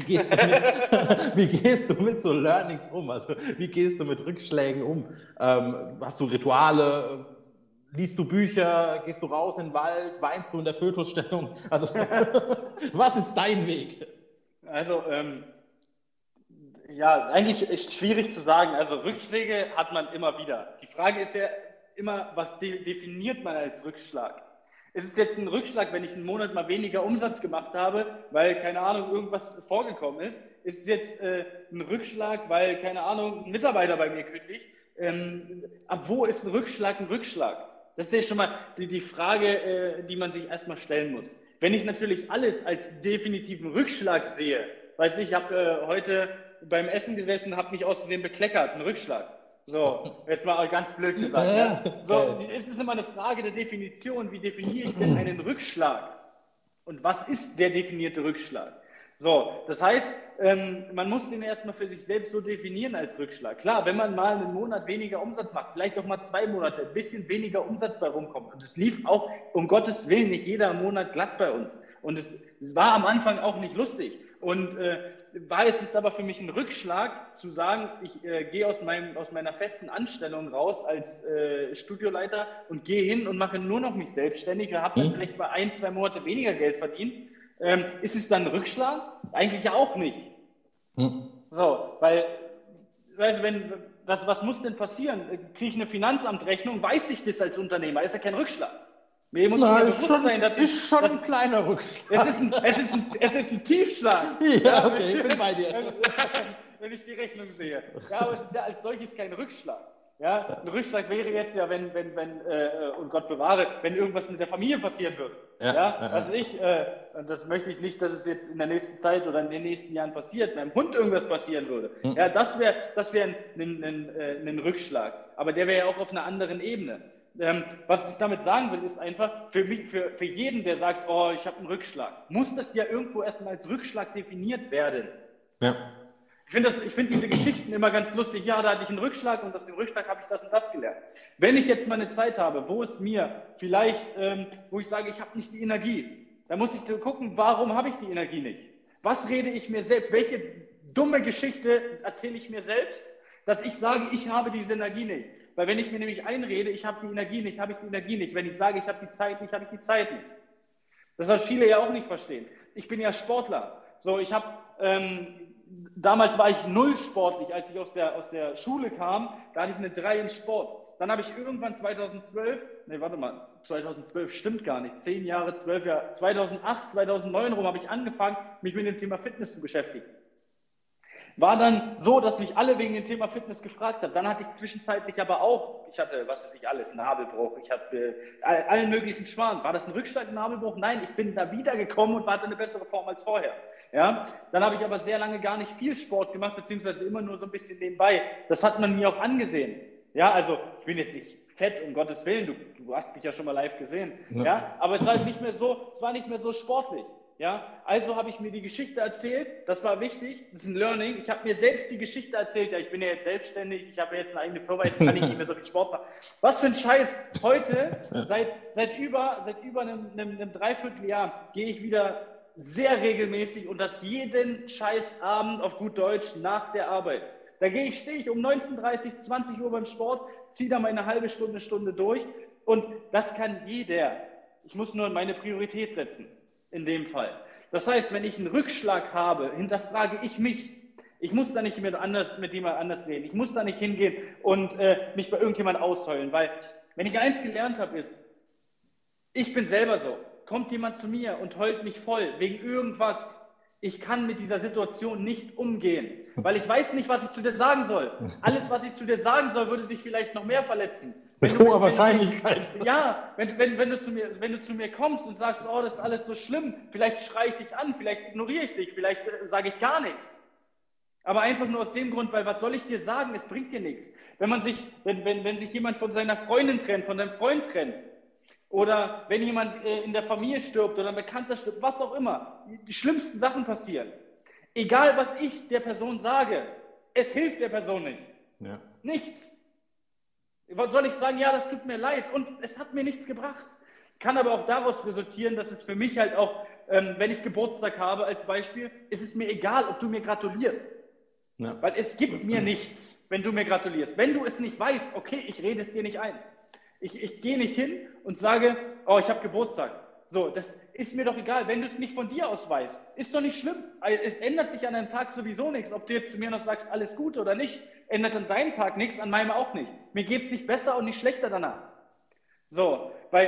gehst du mit so Learnings um? Also wie gehst du mit Rückschlägen um? Hast du Rituale? Liest du Bücher, gehst du raus in den Wald, weinst du in der Fötusstellung? Also, was ist dein Weg? Also, eigentlich ist schwierig zu sagen. Also, Rückschläge hat man immer wieder. Die Frage ist ja immer, was definiert man als Rückschlag? Ist es jetzt ein Rückschlag, wenn ich einen Monat mal weniger Umsatz gemacht habe, weil, keine Ahnung, irgendwas vorgekommen ist? Ist es jetzt ein Rückschlag, weil, keine Ahnung, ein Mitarbeiter bei mir kündigt? Ab wo ist ein Rückschlag ein Rückschlag? Das ist ja schon mal die Frage, die man sich erstmal stellen muss. Wenn ich natürlich alles als definitiven Rückschlag sehe, weiß ich habe heute beim Essen gesessen, habe mich aus Versehen bekleckert, ein Rückschlag. So, jetzt mal ganz blöd gesagt. Ja. So, es ist immer eine Frage der Definition. Wie definiere ich denn einen Rückschlag? Und was ist der definierte Rückschlag? So, das heißt, man muss den erstmal für sich selbst so definieren als Rückschlag. Klar, wenn man mal einen Monat weniger Umsatz macht, vielleicht auch mal 2 Monate, ein bisschen weniger Umsatz bei rumkommt. Und es lief auch, um Gottes Willen, nicht jeder Monat glatt bei uns. Und es war am Anfang auch nicht lustig. Und war es jetzt aber für mich ein Rückschlag, zu sagen, ich gehe aus meiner festen Anstellung raus als Studioleiter und gehe hin und mache nur noch mich selbstständig und habe dann vielleicht mal 1, 2 Monate weniger Geld verdient. Ist es dann ein Rückschlag? Eigentlich ja auch nicht. So, weil, weißt du, was muss denn passieren? Kriege ich eine Finanzamtrechnung? Weiß ich das als Unternehmer? Ist ja kein Rückschlag. Mir muss mir bewusst sein, dass ist schon ein kleiner Rückschlag. Es ist ein Tiefschlag. Ja, okay, ich bin bei dir. Wenn ich die Rechnung sehe. Ja, aber es ist ja als solches kein Rückschlag. Ja, ein Rückschlag wäre jetzt ja, wenn und Gott bewahre, wenn irgendwas mit der Familie passieren würde. Das möchte ich nicht, dass es jetzt in der nächsten Zeit oder in den nächsten Jahren passiert, meinem Hund irgendwas passieren würde. Ja, das wäre ein Rückschlag. Aber der wäre ja auch auf einer anderen Ebene. Was ich damit sagen will, ist einfach, für jeden, der sagt, oh, ich habe einen Rückschlag, muss das ja irgendwo erstmal als Rückschlag definiert werden. Ja. Ich finde diese Geschichten immer ganz lustig. Ja, da hatte ich einen Rückschlag und aus dem Rückschlag habe ich das und das gelernt. Wenn ich jetzt mal eine Zeit habe, wo es mir vielleicht, wo ich sage, ich habe nicht die Energie, dann muss ich gucken, warum habe ich die Energie nicht? Was rede ich mir selbst? Welche dumme Geschichte erzähle ich mir selbst, dass ich sage, ich habe diese Energie nicht? Weil wenn ich mir nämlich einrede, ich habe die Energie nicht, habe ich die Energie nicht. Wenn ich sage, ich habe die Zeit nicht, habe ich die Zeit nicht. Das, was viele ja auch nicht verstehen. Ich bin ja Sportler. So, ich habe... damals war ich null sportlich, als ich aus der Schule kam, da hatte ich eine 3 in Sport. Dann habe ich irgendwann 2012 stimmt gar nicht, 10 Jahre, 12 Jahre, 2008, 2009 rum habe ich angefangen, mich mit dem Thema Fitness zu beschäftigen. War dann so, dass mich alle wegen dem Thema Fitness gefragt haben. Dann hatte ich zwischenzeitlich aber auch, ich hatte, was weiß ich alles, Nabelbruch, ich hatte allen möglichen Schwan. War das ein Rückschlag, ein Nabelbruch? Nein, ich bin da wiedergekommen und hatte eine bessere Form als vorher. Ja, dann habe ich aber sehr lange gar nicht viel Sport gemacht, beziehungsweise immer nur so ein bisschen nebenbei. Das hat man mir auch angesehen. Ja, also ich bin jetzt nicht fett, um Gottes Willen, du hast mich ja schon mal live gesehen. Ja, aber es war nicht mehr so sportlich. Ja, also habe ich mir die Geschichte erzählt, das war wichtig, das ist ein Learning. Ich habe mir selbst die Geschichte erzählt, ja, ich bin ja jetzt selbstständig, ich habe jetzt eine eigene Firma, jetzt kann ich nicht mehr so viel Sport machen. Was für ein Scheiß. Heute, seit über einem Dreivierteljahr, gehe ich wieder sehr regelmäßig und das jeden scheiß Abend auf gut Deutsch nach der Arbeit. Da stehe ich um 19:30, 20 Uhr beim Sport, ziehe da meine halbe Stunde durch und das kann jeder. Ich muss nur meine Priorität setzen, in dem Fall. Das heißt, wenn ich einen Rückschlag habe, hinterfrage ich mich. Ich muss da nicht mit jemand anders reden. Ich muss da nicht hingehen und mich bei irgendjemand ausheulen, weil wenn ich eins gelernt habe, ist, ich bin selber so. Kommt jemand zu mir und heult mich voll wegen irgendwas, ich kann mit dieser Situation nicht umgehen, weil ich weiß nicht, was ich zu dir sagen soll. Alles, was ich zu dir sagen soll, würde dich vielleicht noch mehr verletzen. Mit hoher Wahrscheinlichkeit. Ja, wenn du zu mir kommst und sagst, oh, das ist alles so schlimm, vielleicht schreie ich dich an, vielleicht ignoriere ich dich, vielleicht sage ich gar nichts. Aber einfach nur aus dem Grund, weil was soll ich dir sagen, es bringt dir nichts. Wenn sich jemand von seiner Freundin trennt, von seinem Freund trennt, oder wenn jemand in der Familie stirbt oder ein Bekannter stirbt, was auch immer, die schlimmsten Sachen passieren. Egal, was ich der Person sage, es hilft der Person nicht. Ja. Nichts. Was soll ich sagen? Ja, das tut mir leid und es hat mir nichts gebracht. Kann aber auch daraus resultieren, dass es für mich halt auch, wenn ich Geburtstag habe als Beispiel, ist es mir egal, ob du mir gratulierst. Ja. Weil es gibt mir nichts, wenn du mir gratulierst. Wenn du es nicht weißt, okay, ich rede es dir nicht ein. Ich gehe nicht hin und sage, oh, ich habe Geburtstag. So, das ist mir doch egal, wenn du es nicht von dir aus weißt. Ist doch nicht schlimm. Es ändert sich an einem Tag sowieso nichts. Ob du jetzt zu mir noch sagst, alles gut oder nicht, ändert an deinem Tag nichts, an meinem auch nicht. Mir geht es nicht besser und nicht schlechter danach. So,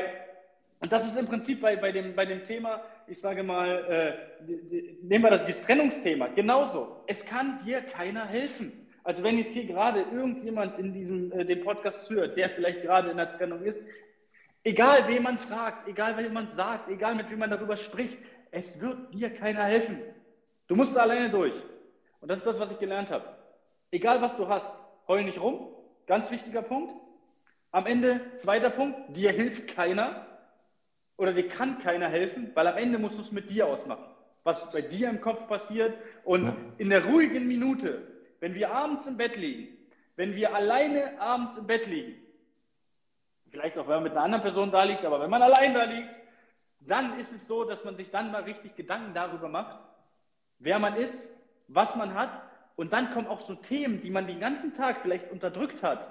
und das ist im Prinzip bei dem Thema, ich sage mal, nehmen wir das Trennungsthema, genauso. Es kann dir keiner helfen. Also wenn jetzt hier gerade irgendjemand in dem Podcast zuhört, der vielleicht gerade in der Trennung ist, Egal, wen man fragt, egal, wen man sagt, egal, mit wem man darüber spricht, es wird dir keiner helfen. Du musst da alleine durch. Und das ist das, was ich gelernt habe. Egal, was du hast, heul nicht rum. Ganz wichtiger Punkt. Am Ende, zweiter Punkt, dir hilft keiner oder dir kann keiner helfen, weil am Ende musst du es mit dir ausmachen, was bei dir im Kopf passiert. Und in der ruhigen Minute, wenn wir abends im Bett liegen, wenn wir alleine abends im Bett liegen, vielleicht auch, wenn man mit einer anderen Person da liegt, aber wenn man allein da liegt, dann ist es so, dass man sich dann mal richtig Gedanken darüber macht, wer man ist, was man hat. Und dann kommen auch so Themen, die man den ganzen Tag vielleicht unterdrückt hat.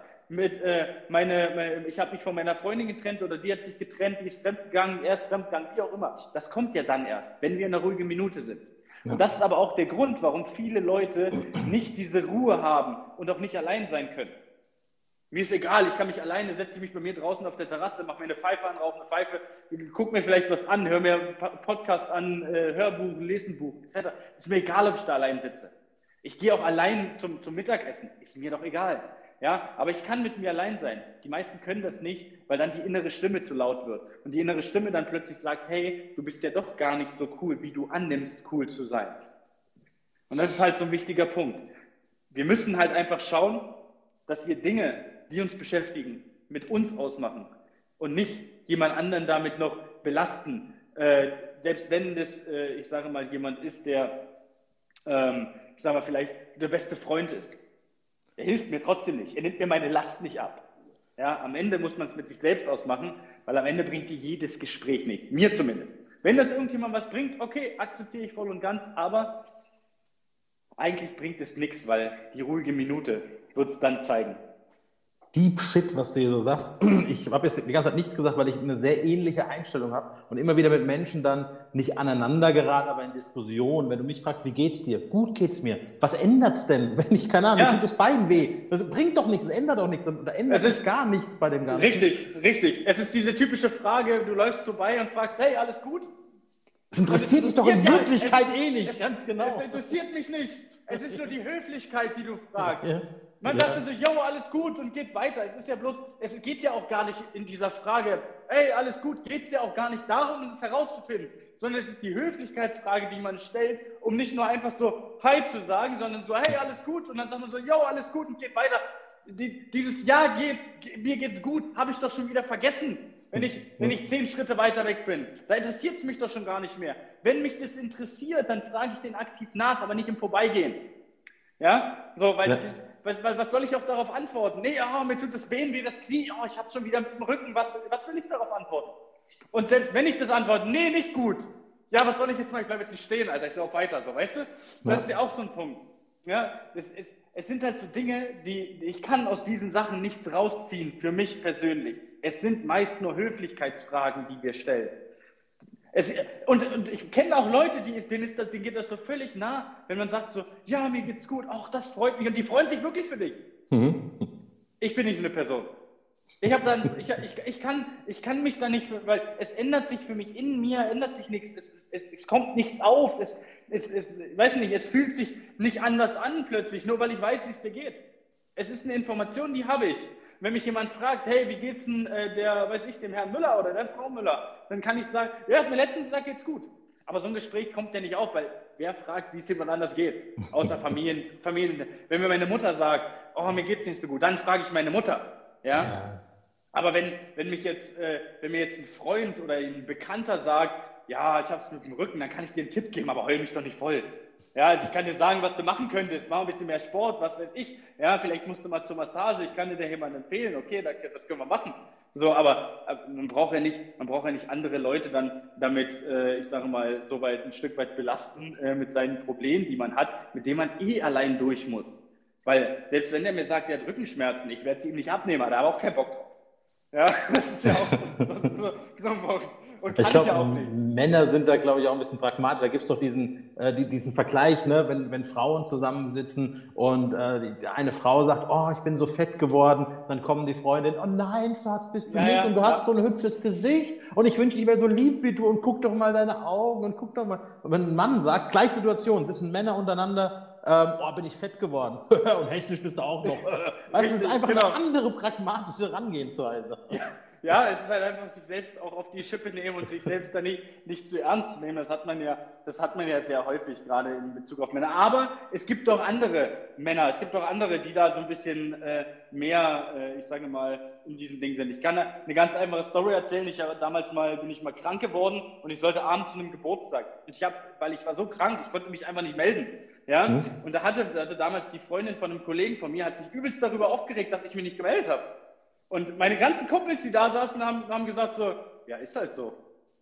Ich habe mich von meiner Freundin getrennt oder die hat sich getrennt, die ist fremdgegangen, er ist fremdgegangen, wie auch immer. Das kommt ja dann erst, wenn wir in einer ruhigen Minute sind. Ja. Und das ist aber auch der Grund, warum viele Leute nicht diese Ruhe haben und auch nicht allein sein können. Mir ist egal, ich kann mich alleine, setze mich bei mir draußen auf der Terrasse, mache mir eine Pfeife an, rauche eine Pfeife, gucke mir vielleicht was an, höre mir einen Podcast an, Hörbuch, lese ein Buch, etc. Ist mir egal, ob ich da allein sitze. Ich gehe auch allein zum Mittagessen, ist mir doch egal. Ja, aber ich kann mit mir allein sein. Die meisten können das nicht, weil dann die innere Stimme zu laut wird. Und die innere Stimme dann plötzlich sagt, hey, du bist ja doch gar nicht so cool, wie du annimmst, cool zu sein. Und das ist halt so ein wichtiger Punkt. Wir müssen halt einfach schauen, dass wir Dinge, die uns beschäftigen, mit uns ausmachen und nicht jemand anderen damit noch belasten. Selbst wenn das, ich sage mal, jemand ist, der, ich sage mal, vielleicht der beste Freund ist. Er hilft mir trotzdem nicht. Er nimmt mir meine Last nicht ab. Ja, am Ende muss man es mit sich selbst ausmachen, weil am Ende bringt dir jedes Gespräch nicht. Mir zumindest. Wenn das irgendjemand was bringt, okay, akzeptiere ich voll und ganz, aber eigentlich bringt es nichts, weil die ruhige Minute wird es dann zeigen. Deep Shit, was du hier so sagst. Ich habe jetzt die ganze Zeit nichts gesagt, weil ich eine sehr ähnliche Einstellung habe und immer wieder mit Menschen dann nicht aneinander gerate, aber in Diskussionen. Wenn du mich fragst, wie geht's dir? Gut geht's mir. Was ändert's denn, wenn ich, keine Ahnung, mir tut das Bein weh? Das bringt doch nichts, das ändert doch nichts. Da ändert sich gar nichts bei dem Ganzen. Richtig. Es ist diese typische Frage, du läufst vorbei und fragst, hey, alles gut? Das interessiert dich doch in Wirklichkeit nicht, ganz genau. Es interessiert mich nicht. Es ist nur die Höflichkeit, die du fragst. Ja. Man sagt so, yo, alles gut und geht weiter. Es geht ja auch gar nicht in dieser Frage, hey, alles gut, geht es ja auch gar nicht darum, das herauszufinden, sondern es ist die Höflichkeitsfrage, die man stellt, um nicht nur einfach so Hi zu sagen, sondern so, hey, alles gut und dann sagt man so, yo, alles gut und geht weiter. Dieses Ja mir geht's gut, habe ich doch schon wieder vergessen, wenn ich 10 Schritte weiter weg bin. Da interessiert es mich doch schon gar nicht mehr. Wenn mich das interessiert, dann frage ich den aktiv nach, aber nicht im Vorbeigehen. Ja, so, weil was soll ich auch darauf antworten? Nee, mir tut das Bein weh, das Knie, ich habe schon wieder mit dem Rücken, was will ich darauf antworten? Und selbst wenn ich das antworte, nee, nicht gut. Ja, was soll ich jetzt machen? Ich bleibe jetzt nicht stehen, Alter, ich laufe weiter, so, weißt du? Das ist ja auch so ein Punkt. Ja, es sind halt so Dinge, ich kann aus diesen Sachen nichts rausziehen, für mich persönlich. Es sind meist nur Höflichkeitsfragen, die wir stellen. Und ich kenne auch Leute, denen geht das so völlig nah, wenn man sagt so, ja, mir geht's gut, ach, das freut mich und die freuen sich wirklich für dich. Mhm. Ich bin nicht so eine Person. Ich kann mich da nicht, weil es ändert sich für mich in mir, ändert sich nichts, es kommt nichts auf, weiß nicht, es fühlt sich nicht anders an plötzlich, nur weil ich weiß, wie es dir geht. Es ist eine Information, die habe ich. Wenn mich jemand fragt, hey, wie geht's denn dem Herrn Müller oder der Frau Müller, dann kann ich sagen, ja, hat mir letztens gesagt, geht's gut. Aber so ein Gespräch kommt ja nicht auf, weil wer fragt, wie es jemand anders geht? Außer Familien. Wenn mir meine Mutter sagt, mir geht's nicht so gut, dann frage ich meine Mutter. Ja? Aber wenn mir jetzt ein Freund oder ein Bekannter sagt, ja, ich hab's mit dem Rücken, dann kann ich dir einen Tipp geben, aber heul mich doch nicht voll. Ja, also ich kann dir sagen, was du machen könntest. Mach ein bisschen mehr Sport, was weiß ich. Ja, vielleicht musst du mal zur Massage. Ich kann dir da jemanden empfehlen. Okay, das können wir machen. So, aber man braucht ja nicht andere Leute dann damit, ich sage mal, so weit ein Stück weit belasten mit seinen Problemen, die man hat, mit denen man allein durch muss. Weil selbst wenn der mir sagt, er hat Rückenschmerzen, ich werde sie ihm nicht abnehmen, aber da habe ich auch keinen Bock drauf. Ja, das ist ja auch so ein Punkt. Ich glaube, Männer sind da, glaube ich, auch ein bisschen pragmatisch. Da gibt es doch diesen Vergleich, ne? Wenn Frauen zusammensitzen und eine Frau sagt, ich bin so fett geworden, dann kommen die Freundinnen, oh nein, Schatz, bist du nicht und du hast so ein hübsches Gesicht und ich wünsche, ich wäre so lieb wie du und guck doch mal deine Augen und guck doch mal. Und wenn ein Mann sagt, gleiche Situation, sitzen Männer untereinander, bin ich fett geworden und hässlich bist du auch noch. Weißt du, das ist einfach eine andere pragmatische Herangehensweise. Ja, es ist halt einfach, sich selbst auch auf die Schippe nehmen und sich selbst da nicht zu ernst nehmen. Das hat man ja sehr häufig, gerade in Bezug auf Männer. Aber es gibt doch andere Männer, es gibt doch andere, die da so ein bisschen mehr, ich sage mal, in diesem Ding sind. Ich kann eine ganz einfache Story erzählen. Bin ich mal krank geworden und ich sollte abends zu einem Geburtstag. Und weil ich war so krank, ich konnte mich einfach nicht melden. Ja? Und da hatte damals die Freundin von einem Kollegen von mir, hat sich übelst darüber aufgeregt, dass ich mich nicht gemeldet habe. Und meine ganzen Kumpels, die da saßen, haben gesagt so, ja, ist halt so.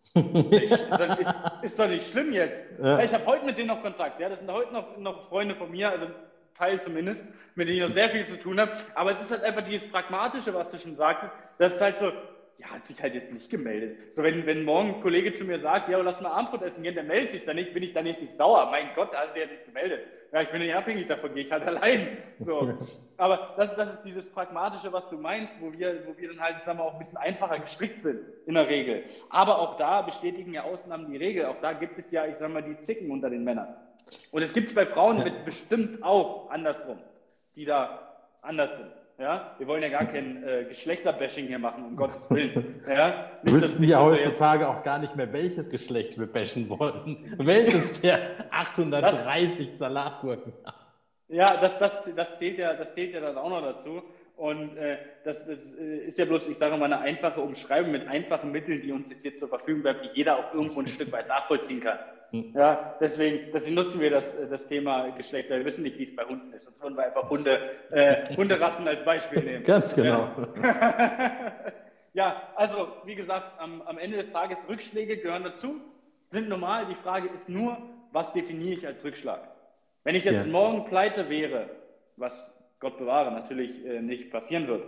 Ist doch nicht schlimm jetzt. Ja. Ich habe heute mit denen noch Kontakt. Ja, das sind heute noch Freunde von mir, also ein Teil zumindest, mit denen ich noch sehr viel zu tun habe. Aber es ist halt einfach dieses Pragmatische, was du schon sagtest, das ist halt so, ja, hat sich halt jetzt nicht gemeldet. So, wenn morgen ein Kollege zu mir sagt, ja, lass mal Abendbrot essen gehen, der meldet sich dann nicht, bin ich dann nicht sauer. Mein Gott, also der hat nicht gemeldet. Ja, ich bin nicht abhängig davon, gehe ich halt allein. So. Aber das ist dieses Pragmatische, was du meinst, wo wir dann halt, sagen wir, auch ein bisschen einfacher gestrickt sind, in der Regel. Aber auch da bestätigen ja Ausnahmen die Regel. Auch da gibt es ja, ich sag mal, die Zicken unter den Männern. Und es gibt bei Frauen bestimmt auch andersrum, die da anders sind. Ja, wir wollen ja gar kein Geschlechterbashing hier machen, um Gottes Willen. Ja, wir wüssten ja heutzutage auch gar nicht mehr, welches Geschlecht wir bashen wollen. Welches der 830 Salatgurken. Ja, das zählt ja dann auch noch dazu. Und das ist ja bloß, ich sage mal, eine einfache Umschreibung mit einfachen Mitteln, die uns jetzt zur Verfügung bleibt, die jeder auch irgendwo ein Stück weit nachvollziehen kann. Ja, deswegen nutzen wir das Thema Geschlecht. Wir wissen nicht, wie es bei Hunden ist. Sonst würden wir einfach Hunderassen als Beispiel nehmen. Ganz genau. Ja, also wie gesagt, am Ende des Tages, Rückschläge gehören dazu, sind normal. Die Frage ist nur, was definiere ich als Rückschlag? Wenn ich jetzt morgen pleite wäre, was Gott bewahre natürlich nicht passieren wird,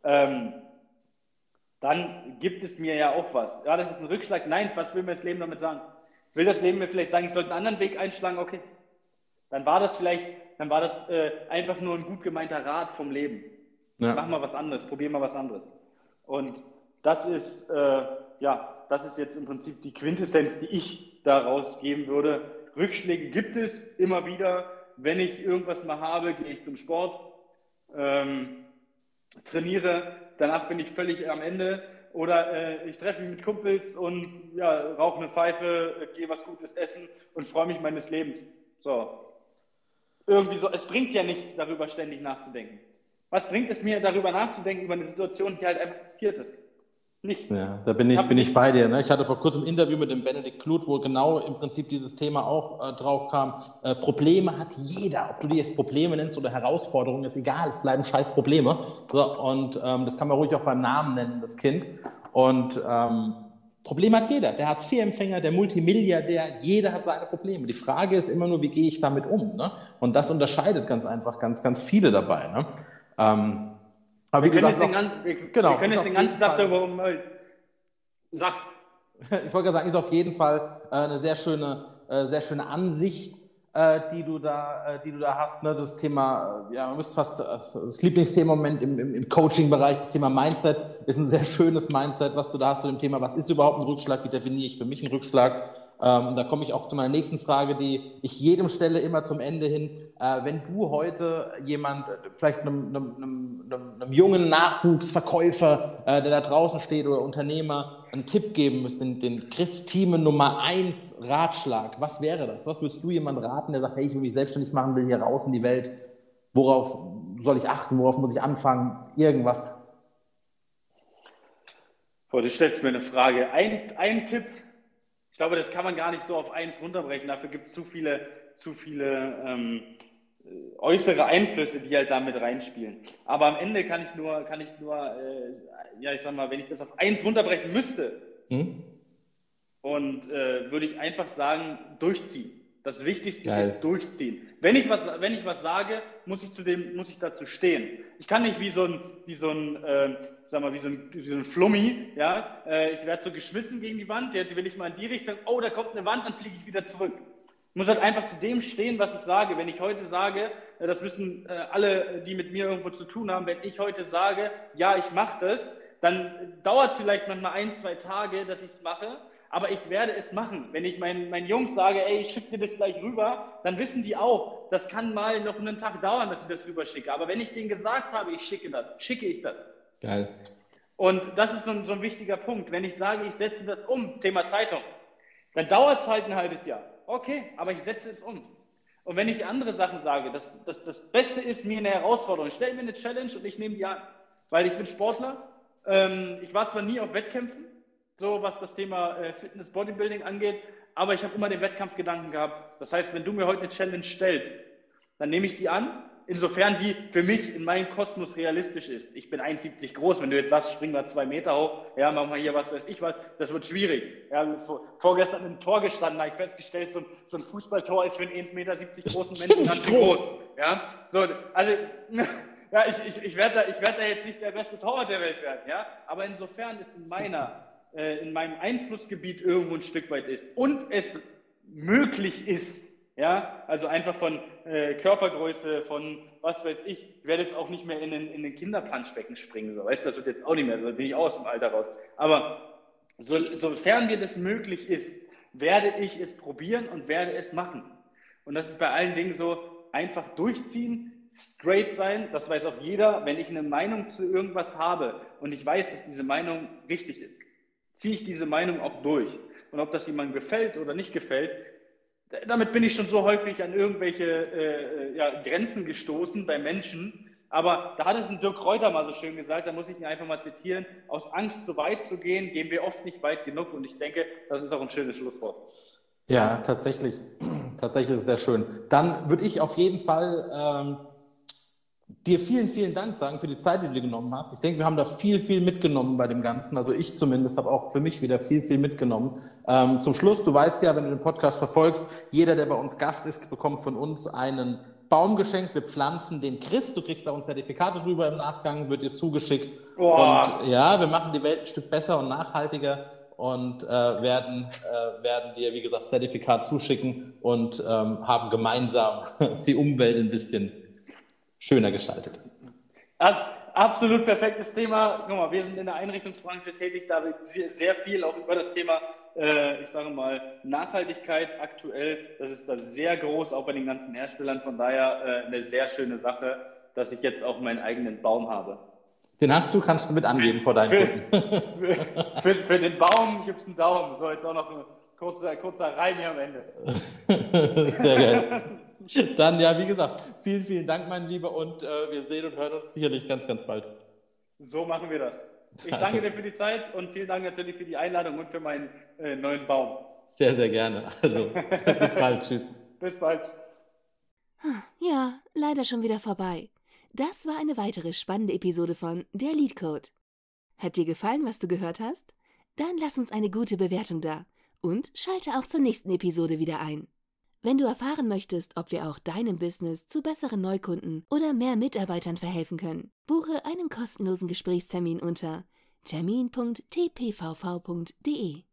dann gibt es mir ja auch was. Ja, das ist ein Rückschlag. Nein, was will mir das Leben damit sagen? Will das Leben mir vielleicht sagen, ich sollte einen anderen Weg einschlagen? Okay, dann war das einfach nur ein gut gemeinter Rat vom Leben. Ja. Mach mal was anderes, probier mal was anderes. Und das ist jetzt im Prinzip die Quintessenz, die ich daraus geben würde. Rückschläge gibt es immer wieder. Wenn ich irgendwas mal habe, gehe ich zum Sport, trainiere, danach bin ich völlig am Ende. Oder ich treffe mich mit Kumpels und rauche eine Pfeife, gehe was Gutes essen und freue mich meines Lebens. So. Irgendwie so, es bringt ja nichts, darüber ständig nachzudenken. Was bringt es mir, darüber nachzudenken, über eine Situation, die halt einfach passiert ist? Nicht. Ja, da bin ich bei dir. Ne? Ich hatte vor kurzem ein Interview mit dem Benedikt Kluth, wo genau im Prinzip dieses Thema auch drauf kam. Probleme hat jeder. Ob du die jetzt Probleme nennst oder Herausforderungen, ist egal. Es bleiben scheiß Probleme. So, und das kann man ruhig auch beim Namen nennen, das Kind. Und Probleme hat jeder. Der Hartz-IV-Empfänger, der Multimilliardär, jeder hat seine Probleme. Die Frage ist immer nur, wie gehe ich damit um? Ne? Und das unterscheidet ganz einfach ganz, ganz viele dabei. Ne? Aber wir können jetzt den ganzen Tag darüber Sag. Ich wollte gerade sagen, ist auf jeden Fall eine sehr schöne Ansicht, die du da hast. Ne? Das Thema, man müsste fast das Lieblingsthema im Moment im Coaching-Bereich, das Thema Mindset, ist ein sehr schönes Mindset, was du da hast zu dem Thema, was ist überhaupt ein Rückschlag, wie definiere ich für mich einen Rückschlag? Und da komme ich auch zu meiner nächsten Frage, die ich jedem stelle, immer zum Ende hin. Wenn du heute vielleicht einem jungen Nachwuchsverkäufer, der da draußen steht oder Unternehmer, einen Tipp geben müsstest, den Chris-Thieme Nummer 1 Ratschlag, was wäre das? Was würdest du jemandem raten, der sagt, hey, ich will mich selbstständig machen, will hier raus in die Welt? Worauf soll ich achten? Worauf muss ich anfangen? Irgendwas? Du stellst mir eine Frage. Ein Tipp. Ich glaube, das kann man gar nicht so auf eins runterbrechen. Dafür gibt es zu viele äußere Einflüsse, die halt da mit reinspielen. Aber am Ende kann ich nur, ich sag mal, wenn ich das auf eins runterbrechen müsste, und würde ich einfach sagen, durchziehen. Das Wichtigste ist durchziehen. Wenn ich was sage, muss ich dazu stehen. Ich kann nicht wie so ein Flummi, ja, ich werde so geschmissen gegen die Wand, jetzt will ich mal in die Richtung, oh, da kommt eine Wand, dann fliege ich wieder zurück. Ich muss halt einfach zu dem stehen, was ich sage. Wenn ich heute sage, das müssen alle, die mit mir irgendwo zu tun haben, wenn ich heute sage, ja, ich mache das, dann dauert es vielleicht manchmal 1-2 Tage, dass ich es mache. Aber ich werde es machen. Wenn ich meinen Jungs sage, ey, ich schicke dir das gleich rüber, dann wissen die auch, das kann mal noch einen Tag dauern, dass ich das rüberschicke. Aber wenn ich denen gesagt habe, ich schicke ich das. Geil. Und das ist so ein wichtiger Punkt. Wenn ich sage, ich setze das um, Thema Zeitung, dann dauert es halt ein halbes Jahr. Okay, aber ich setze es um. Und wenn ich andere Sachen sage, das Beste ist mir eine Herausforderung. Stell mir eine Challenge und ich nehme die an. Weil ich bin Sportler. Ich war zwar nie auf Wettkämpfen, so was das Thema Fitness, Bodybuilding angeht, aber ich habe immer den Wettkampfgedanken gehabt. Das heißt, wenn du mir heute eine Challenge stellst, dann nehme ich die an, insofern die für mich in meinem Kosmos realistisch ist. Ich bin 1,70 groß, wenn du jetzt sagst, spring mal 2 Meter hoch, ja, machen wir hier was weiß ich was, das wird schwierig. Ja, vorgestern im Tor gestanden, habe ich festgestellt, so ein Fußballtor ist für einen 1,70 Meter großen Menschen ganz groß. Ja, so, also, ja, ich werde da jetzt nicht der beste Torwart der Welt werden, ja, aber insofern es in meinem Einflussgebiet irgendwo ein Stück weit ist und es möglich ist, ja, also einfach von Körpergröße, von was weiß ich werde jetzt auch nicht mehr in den Kinderplanschbecken springen, so, weißt du, das wird jetzt auch nicht mehr, so bin ich aus dem Alter raus. Aber sofern dir das möglich ist, werde ich es probieren und werde es machen. Und das ist bei allen Dingen so, einfach durchziehen, straight sein, das weiß auch jeder, wenn ich eine Meinung zu irgendwas habe und ich weiß, dass diese Meinung richtig ist, ziehe ich diese Meinung auch durch. Und ob das jemandem gefällt oder nicht gefällt, damit bin ich schon so häufig an irgendwelche Grenzen gestoßen bei Menschen. Aber da hat es ein Dirk Reuter mal so schön gesagt, da muss ich ihn einfach mal zitieren, aus Angst so weit zu gehen, gehen wir oft nicht weit genug. Und ich denke, das ist auch ein schönes Schlusswort. Ja, tatsächlich. Tatsächlich ist es sehr schön. Dann würde ich auf jeden Fall dir vielen, vielen Dank sagen für die Zeit, die du dir genommen hast. Ich denke, wir haben da viel, viel mitgenommen bei dem Ganzen. Also ich zumindest habe auch für mich wieder viel, viel mitgenommen. Zum Schluss, du weißt ja, wenn du den Podcast verfolgst, jeder, der bei uns Gast ist, bekommt von uns einen Baum geschenkt. Wir pflanzen den Christ. Du kriegst auch ein Zertifikat darüber im Nachgang, wird dir zugeschickt. Oh. Und ja, wir machen die Welt ein Stück besser und nachhaltiger und werden dir, wie gesagt, das Zertifikat zuschicken und haben gemeinsam die Umwelt ein bisschen schöner gestaltet. Absolut perfektes Thema. Guck mal, wir sind in der Einrichtungsbranche tätig, da wird sehr viel auch über das Thema, ich sage mal, Nachhaltigkeit aktuell. Das ist da sehr groß, auch bei den ganzen Herstellern. Von daher eine sehr schöne Sache, dass ich jetzt auch meinen eigenen Baum habe. Den kannst du mit angeben vor deinen Kunden. Für den Baum gibt es einen Daumen. So, jetzt auch noch ein kurzer Reim hier am Ende. Sehr geil. Dann, ja, wie gesagt, vielen, vielen Dank, mein Lieber, und wir sehen und hören uns sicherlich ganz, ganz bald. So machen wir das. Ich danke dir für die Zeit und vielen Dank natürlich für die Einladung und für meinen neuen Baum. Sehr, sehr gerne. Also, bis bald. Tschüss. Bis bald. Ja, leider schon wieder vorbei. Das war eine weitere spannende Episode von Der Leadcode. Hat dir gefallen, was du gehört hast? Dann lass uns eine gute Bewertung da und schalte auch zur nächsten Episode wieder ein. Wenn du erfahren möchtest, ob wir auch deinem Business zu besseren Neukunden oder mehr Mitarbeitern verhelfen können, buche einen kostenlosen Gesprächstermin unter termin.tpvv.de.